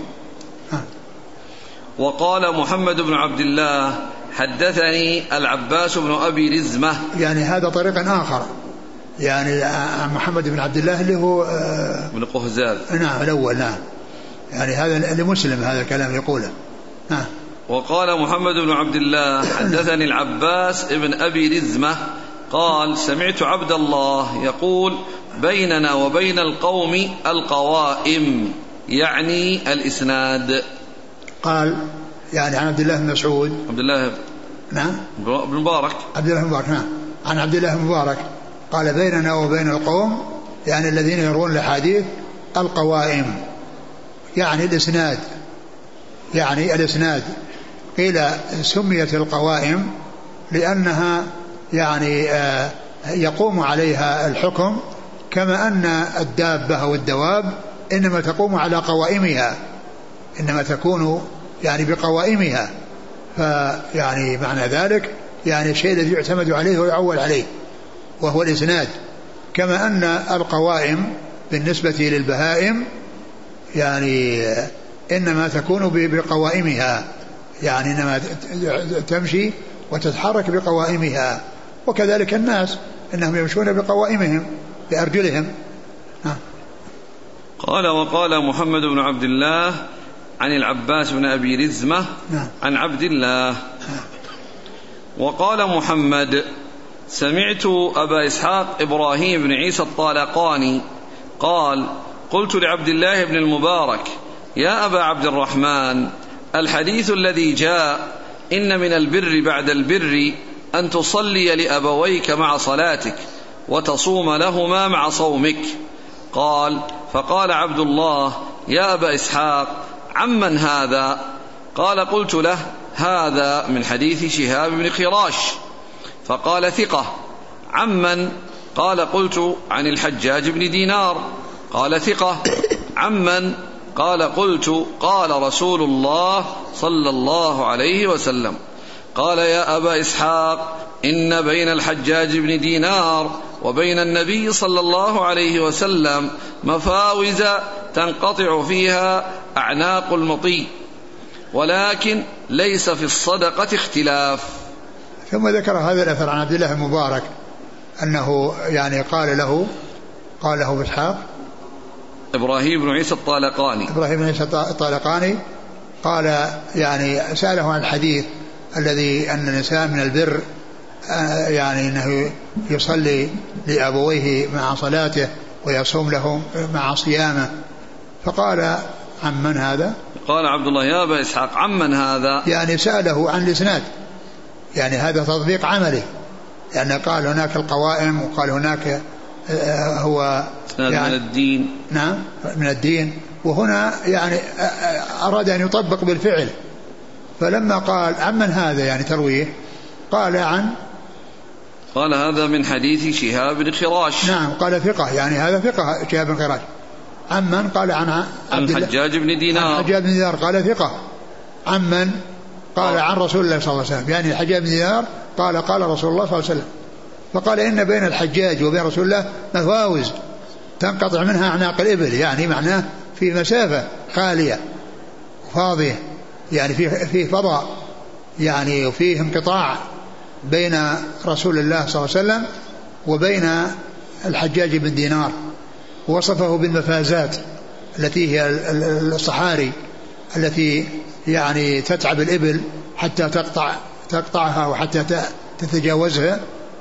وقال محمد بن عبد الله حدثني العباس بن أبي رزمة، يعني هذا طريق آخر، يعني محمد بن عبد الله اللي هو بن قهزاذ نعم الأول. نعم يعني هذا لمسلم هذا الكلام يقوله. نعم. وقال محمد بن عبد الله حدثني العباس بن أبي رزمة قال سمعت عبد الله يقول بيننا وبين القوم القوائم، يعني الإسناد. قال يعني عن عبد الله بن مسعود عبد الله نعم بن مبارك عبد الله بن مبارك نعم عن عبد الله بن مبارك قال بيننا وبين القوم يعني الذين يروون الحديث القوائم، يعني الإسناد، يعني الإسناد. قيل سميت القوائم لأنها يعني يقوم عليها الحكم كما أن الدابة أو الدواب إنما تقوم على قوائمها، إنما تكون يعني بقوائمها، فيعني معنى ذلك يعني الشيء الذي يعتمد عليه ويعول عليه وهو الإسناد. كما أن القوائم بالنسبة للبهائم يعني إنما تكون بقوائمها، يعني إنما تمشي وتتحرك بقوائمها، وكذلك الناس إنهم يمشون بقوائمهم بأرجلهم. قال وقال محمد بن عبد الله عن العباس بن أبي رزمة عن عبد الله. وقال محمد سمعت أبا إسحاق إبراهيم بن عيسى الطالقاني قال قلت لعبد الله بن المبارك يا أبا عبد الرحمن الحديث الذي جاء إن من البر بعد البر أن تصلي لأبويك مع صلاتك وتصوم لهما مع صومك. قال فقال عبد الله يا أبا إسحاق عمن هذا؟ قال قلت له هذا من حديث شهاب بن خراش. فقال ثقة. عمن؟ قال قلت عن الحجاج بن دينار. قال ثقة. عمن؟ قال قلت قال رسول الله صلى الله عليه وسلم. قال يا أبا إسحاق إن بين الحجاج بن دينار وبين النبي صلى الله عليه وسلم مفاوز تنقطع فيها أعناق المطي، ولكن ليس في الصدقة اختلاف. ثم ذكر هذا الأثر عن عبد الله المبارك أنه يعني قال له قال له إسحاق إبراهيم بن عيسى الطالقاني إبراهيم بن عيسى الطالقاني قال يعني سأله عن الحديث الذي أن الإنسان من البر يعني أنه يصلي لأبويه مع صلاته ويصوم له مع صيامه. فقال عمن هذا؟ قال عبد الله يا أبا إسحاق عمن هذا؟ يعني سأله عن الإسناد، يعني هذا تطبيق عملي، لأن يعني قال هناك القوائم وقال هناك هو يعني من الدين. نعم من الدين، وهنا يعني أراد أن يطبق بالفعل. فلما قال عمن هذا يعني ترويه، قال عن قال هذا من حديث شهاب بن خراش. نعم قال ثقة، يعني هذا ثقة شهاب بن خراش. عمن؟ قال عن الحجاج بن دينار. الحجاج بن دينار قال ثقة. عمن؟ قال عن رسول الله صلى الله عليه وسلم، يعني الحجاج بن دينار قال قال رسول الله صلى الله عليه وسلم. فقال إن بين الحجاج وبين رسول الله مفاوز تنقطع منها أعناق الإبل، يعني معناه في مسافة خالية فاضية، يعني فيه, فيه فضاء، يعني وفيه انقطاع بين رسول الله صلى الله عليه وسلم وبين الحجاج بن دينار. وصفه بالمفازات التي هي الصحاري التي يعني تتعب الإبل حتى تقطع تقطعها وحتى تتجاوزها.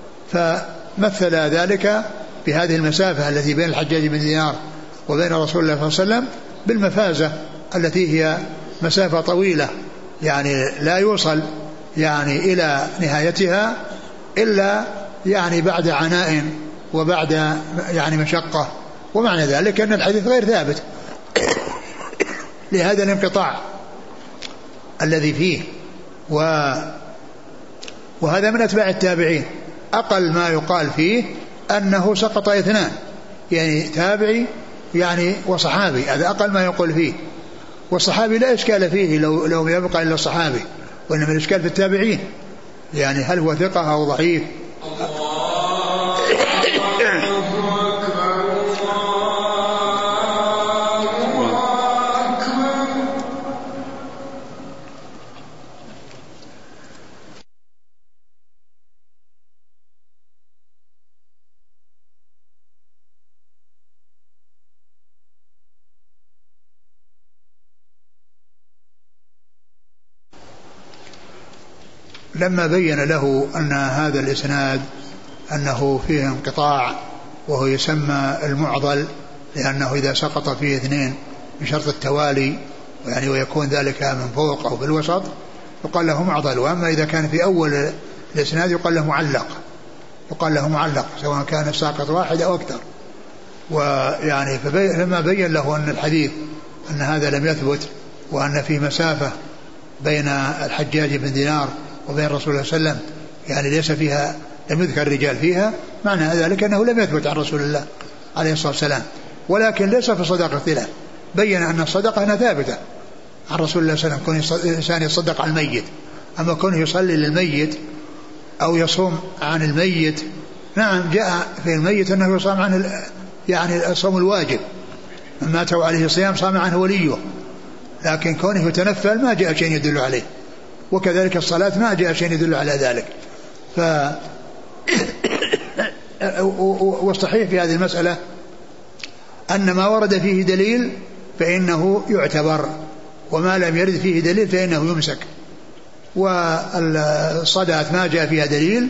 فمثل ذلك بهذه المسافة التي بين الحجاج بن دينار وبين رسول الله صلى الله عليه وسلم بالمفازة التي هي مسافة طويلة، يعني لا يوصل يعني إلى نهايتها إلا يعني بعد عناء وبعد يعني مشقة. ومعنى ذلك أن الحديث غير ثابت لهذا الانقطاع الذي فيه. و وهذا من أتباع التابعين. أقل ما يقال فيه أنه سقط اثنان، يعني تابعي يعني وصحابي، هذا أقل ما يقول فيه. والصحابي لا إشكال فيه لو, لو يبقى إلا الصحابي، وإنما الإشكال في التابعين، يعني هل هو ثقة أو ضعيف. لما بين له أن هذا الإسناد أنه فيه انقطاع وهو يسمى المعضل، لأنه إذا سقط فيه اثنين بشرط التوالي يعني ويكون ذلك من فوق أو في الوسط يقال له معضل. وأما إذا كان في أول الإسناد يقال له معلق، يقال له معلق سواء كان الساقط واحد أو أكثر. ويعني فلما بين له أن الحديث أن هذا لم يثبت وأن في مسافة بين الحجاج بن دينار وبين رسول الله صلى الله عليه وسلم يعني ليس فيها لم يذكر الرجال فيها، معنى ذلك أنه لم يثبت عن رسول الله عليه الصلاة والسلام. ولكن ليس في الصدقة اختلاف، بين أن الصدقة هنا ثابتة عن رسول الله صلى الله عليه وسلم، كون الإنسان يصدق على الميت. أما كونه يصلي للميت أو يصوم عن الميت نعم جاء في الميت أنه يصام عنه يعني الصوم الواجب، من مات عليه صيام صام عنه وليه، لكن كونه يتنفل ما جاء شيء يدل عليه، وكذلك الصلاة ما جاء شيء يدل على ذلك. ف والصحيح في هذه المسألة أن ما ورد فيه دليل فإنه يعتبر، وما لم يرد فيه دليل فإنه يمسك. والصلاة ما جاء فيها دليل،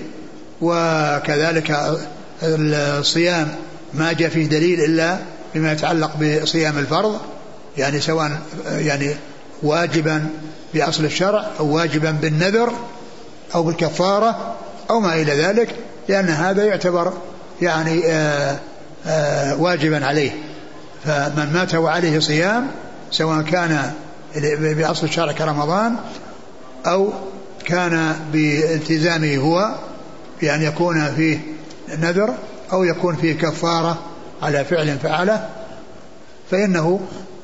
وكذلك الصيام ما جاء فيه دليل إلا بما يتعلق بصيام الفرض، يعني سواء يعني واجبا بأصل الشرع أو واجبا بالنذر أو بالكفارة أو ما إلى ذلك، لأن هذا يعتبر يعني آآ آآ واجبا عليه. فمن مات وعليه صيام سواء كان بأصل الشرع كرمضان أو كان بالتزامه هو بأن يكون فيه نذر أو يكون فيه كفارة على فعل فعله، فإنه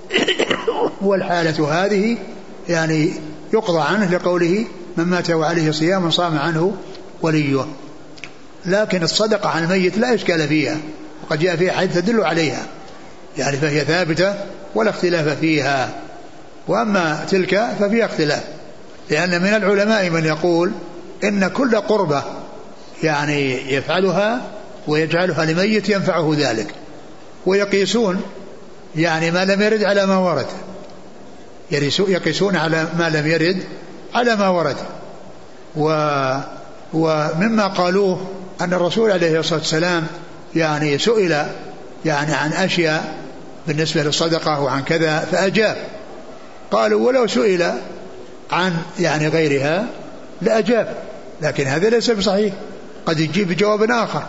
والحالة هذه يعني يقضى عنه لقوله من مات وعليه صيام صام عنه وليه. لكن الصدقة عن الميت لا إشكال فيها، وقد جاء فيها حديث تدل عليها، يعني فهي ثابتة ولا اختلاف فيها. وأما تلك ففيها اختلاف، لأن من العلماء من يقول إن كل قربة يعني يفعلها ويجعلها لميت ينفعه ذلك، ويقيسون يعني ما لم يرد على ما ورد، يقيسون على ما لم يرد على ما ورد. و ومما قالوه أن الرسول عليه الصلاة والسلام يعني سئل يعني عن أشياء بالنسبة للصدقة وعن كذا فأجاب. قالوا ولو سئل عن يعني غيرها لأجاب، لكن هذا ليس بصحيح، قد يجيب بجواب آخر،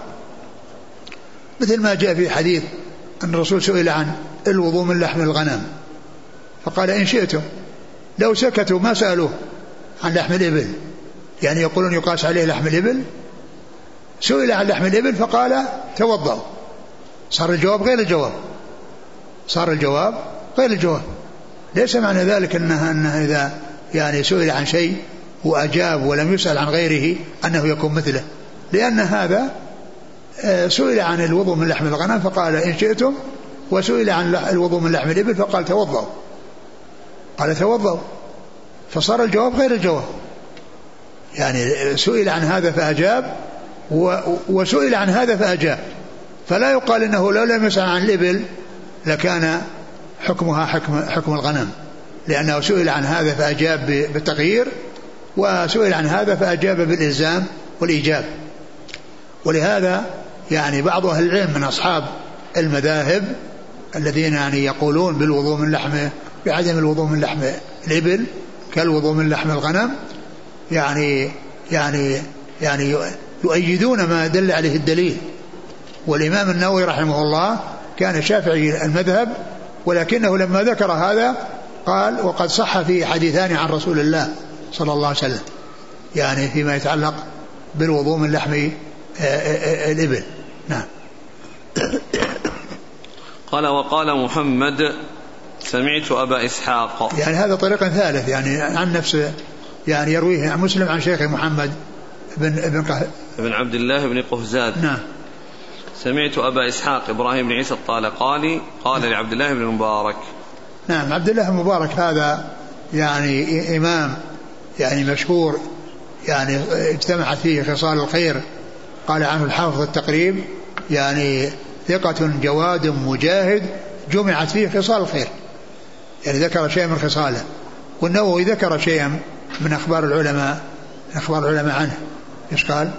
مثل ما جاء في حديث أن الرسول سئل عن الوضوء من لحم الغنم فقال إن شئتم، لو سكتوا ما سألوه عن لحم الإبل، يعني يقولون يقاس عليه لحم الإبل، سئل عن لحم الإبل فقال توضأوا، صار الجواب غير الجواب، صار الجواب غير الجواب. ليس معنى ذلك أنه, أنه إذا يعني سئل عن شيء وأجاب ولم يسأل عن غيره أنه يكون مثله، لأن هذا سئل عن الوضوء من لحم الغنم فقال إن شئتم، وسئل عن الوضوء من لحم الإبل فقال توضأوا، قال توضأوا، فصار الجواب غير الجواب، يعني سئل عن هذا فأجاب وسئل عن هذا فأجاب، فلا يقال إنه لو لم يسأل عن الإبل لكان حكمها حكم, حكم الغنم، لأنه سئل عن هذا فأجاب بالتغيير، وسئل عن هذا فأجاب بالإلزام والإيجاب. ولهذا يعني بعض أهل العلم من أصحاب المذاهب الذين يعني يقولون بالوضوء من لحم بعدم الوضوء من لحم الإبل كالوضوء من لحم الغنم، يعني يعني يعني يؤيدون ما دل عليه الدليل. والإمام النووي رحمه الله كان شافعي المذهب، ولكنه لما ذكر هذا قال وقد صح فيه حديثان عن رسول الله صلى الله عليه وسلم، يعني فيما يتعلق بالوضوء من لحم الإبل. نعم. قال وقال محمد سمعت أبا إسحاق، يعني هذا طريق ثالث يعني عن نفسه، يعني يرويه عن مسلم عن شيخ محمد بن ابن قه... بن عبد الله بن قهزاد. نعم. سمعت أبا إسحاق إبراهيم بن عيسى الطالقاني قال نعم. لعبد الله بن المبارك. نعم. عبد الله المبارك هذا يعني إمام يعني مشهور، يعني اجتمعت فيه خصال الخير، قال عنه الحافظ التقريب يعني ثقة جواد مجاهد جمعت فيه خصال الخير، يعني ذكر شيئا من خصاله. والنووي ذكر شيئا من أخبار العلماء أخبار العلماء عنه. إيش قال؟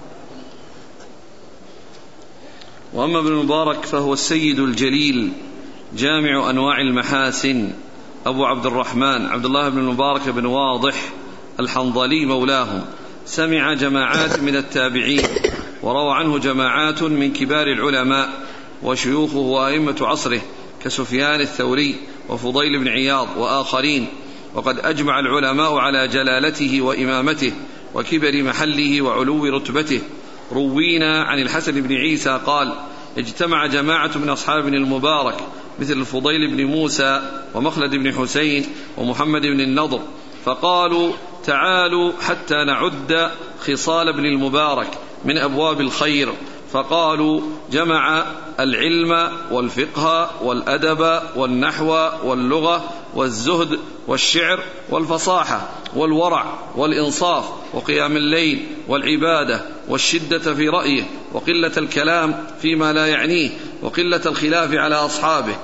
وأما ابن المبارك فهو السيد الجليل جامع أنواع المحاسن أبو عبد الرحمن عبد الله بن المبارك بن واضح الحنظلي مولاهم، سمع جماعات من التابعين وروى عنه جماعات من كبار العلماء وشيوخه وأئمة عصره كسفيان الثوري وفضيل بن عياض وآخرين. وقد أجمع العلماء على جلالته وإمامته وكبر محله وعلو رتبته. روينا عن الحسن بن عيسى قال اجتمع جماعة من أصحاب ابن المبارك مثل الفضيل بن موسى ومخلد بن حسين ومحمد بن النضر فقالوا تعالوا حتى نعد خصال ابن المبارك من أبواب الخير، فقالوا جمع العلم والفقه والأدب والنحو واللغة والزهد والشعر والفصاحة والورع والإنصاف وقيام الليل والعبادة والشدة في رأيه وقلة الكلام فيما لا يعنيه وقلة الخلاف على أصحابه.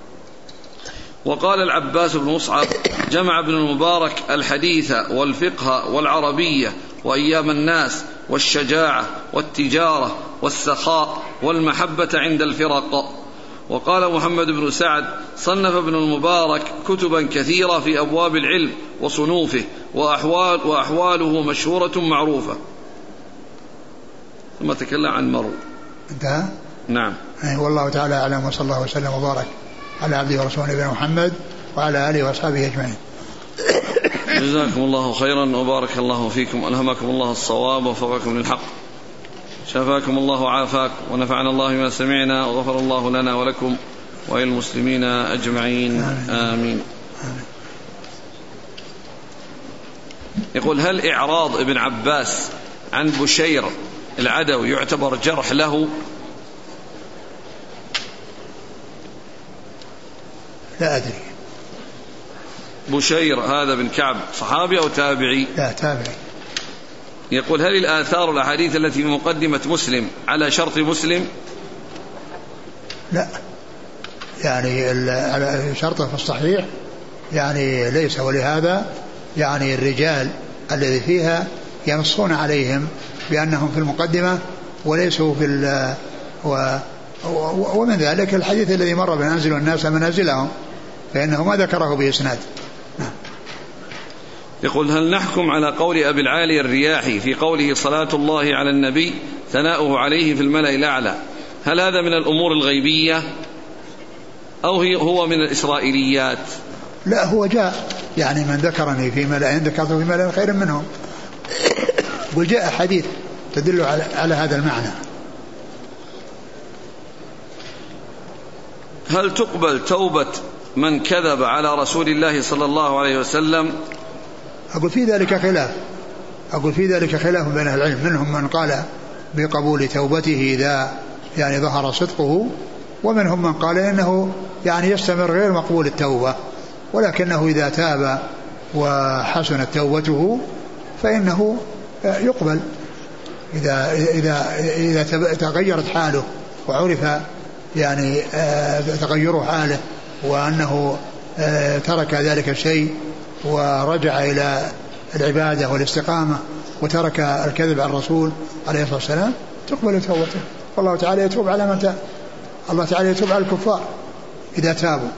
وقال العباس بن مصعب جمع ابن المبارك الحديث والفقه والعربية وأيام الناس والشجاعة والتجارة والسخاء والمحبة عند الفرق. وقال محمد بن سعد صنف ابن المبارك كتبا كثيرة في أبواب العلم وصنوفه وأحوال وأحواله مشهورة معروفة. ثم تكلم عن مرو. انتهى. نعم. والله تعالى أعلم، وصلى الله وسلم وبارك على عبده ورسوله نبينا محمد وعلى آله وأصحابه أجمعين. جزاكم الله خيرا وبارك الله فيكم، ألهمكم الله الصواب ووفقكم للحق، شفاكم الله وعافاكم، ونفعنا الله بما سمعنا، وغفر الله لنا ولكم وللمسلمين أجمعين. آمين. آمين. يقول هل إعراض ابن عباس عن بشير العدوي يعتبر جرح له؟ لا أدري. بشير هذا بن كعب صحابي أو تابعي؟ لا تابعي. يقول هل الآثار والأحاديث التي في مقدمة مسلم على شرط مسلم؟ لا، يعني على شرطه في الصحيح يعني ليس، ولهذا يعني الرجال الذي فيها ينصون عليهم بأنهم في المقدمة وليسوا في ال و ومن ذلك الحديث الذي مر بننزل الناس منازلهم فإنه ما ذكره بإسناد. يقول هل نحكم على قول أبي العالي الرياحي في قوله صلاة الله على النبي ثناؤه عليه في الملأ الأعلى، هل هذا من الأمور الغيبية أو هو من الإسرائيليات؟ لا، هو جاء يعني من ذكرني في ملأ ذكرته في ملأ خير منهم، وجاء حديث تدل على, على هذا المعنى. هل تقبل توبة من كذب على رسول الله صلى الله عليه وسلم؟ أقول في ذلك خلاف أقول في ذلك خلاف بين أهل العلم، منهم من قال بقبول توبته إذا يعني ظهر صدقه، ومنهم من قال إنه يعني يستمر غير مقبول التوبة، ولكنه إذا تاب وحسنت توبته فإنه يقبل إذا إذا إذا تغيرت حاله وعرف يعني تغير حاله وأنه ترك ذلك الشيء ورجع إلى العبادة والاستقامة وترك الكذب على الرسول عليه الصلاة والسلام تقبل توبته. والله تعالى يتوب على من تاب، الله تعالى يتوب على الكفار إذا تابوا.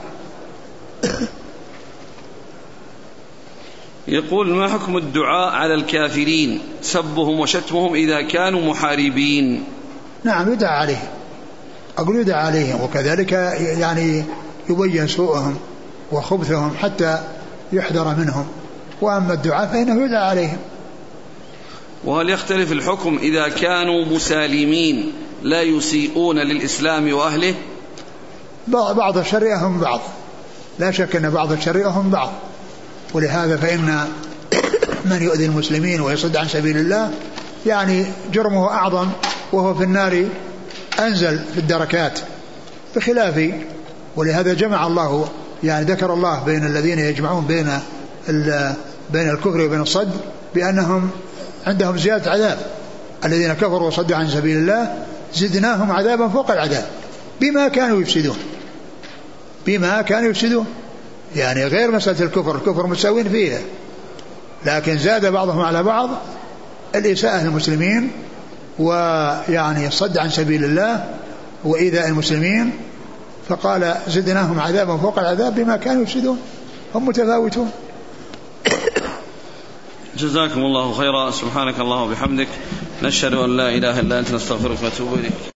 يقول ما حكم الدعاء على الكافرين سبهم وشتمهم إذا كانوا محاربين؟ نعم يدعى عليهم، أقول يدعى عليهم، وكذلك يعني يبين سوءهم وخبثهم حتى يحذر منهم، وأما الدعاء فإنه يدعى عليهم. وهل يختلف الحكم إذا كانوا مسالمين لا يسيئون للإسلام وأهله؟ بعض الشر هم بعض، لا شك أن بعض الشر هم بعض، ولهذا فإن من يؤذي المسلمين ويصد عن سبيل الله يعني جرمه أعظم وهو في النار أنزل في الدركات بخلاف. ولهذا جمع الله يعني ذكر الله بين الذين يجمعون بين بين الكفر وبين الصد بأنهم عندهم زيادة عذاب، الذين كفروا وصدوا عن سبيل الله زدناهم عذابا فوق العذاب بما كانوا يفسدون بما كانوا يفسدون يعني غير مسألة الكفر، الكفر مساوين فيها، لكن زاد بعضهم على بعض الإساءة للمسلمين ويعني الصد عن سبيل الله وإيذاء المسلمين، فقال زدناهم عذابا فوق العذاب بما كانوا يفسدون، هم متفاوتون. جزاكم الله خيرا، سبحانك الله وبحمدك، نشهد أن لا إله إلا أنت، نستغفرك ونتوب إليك.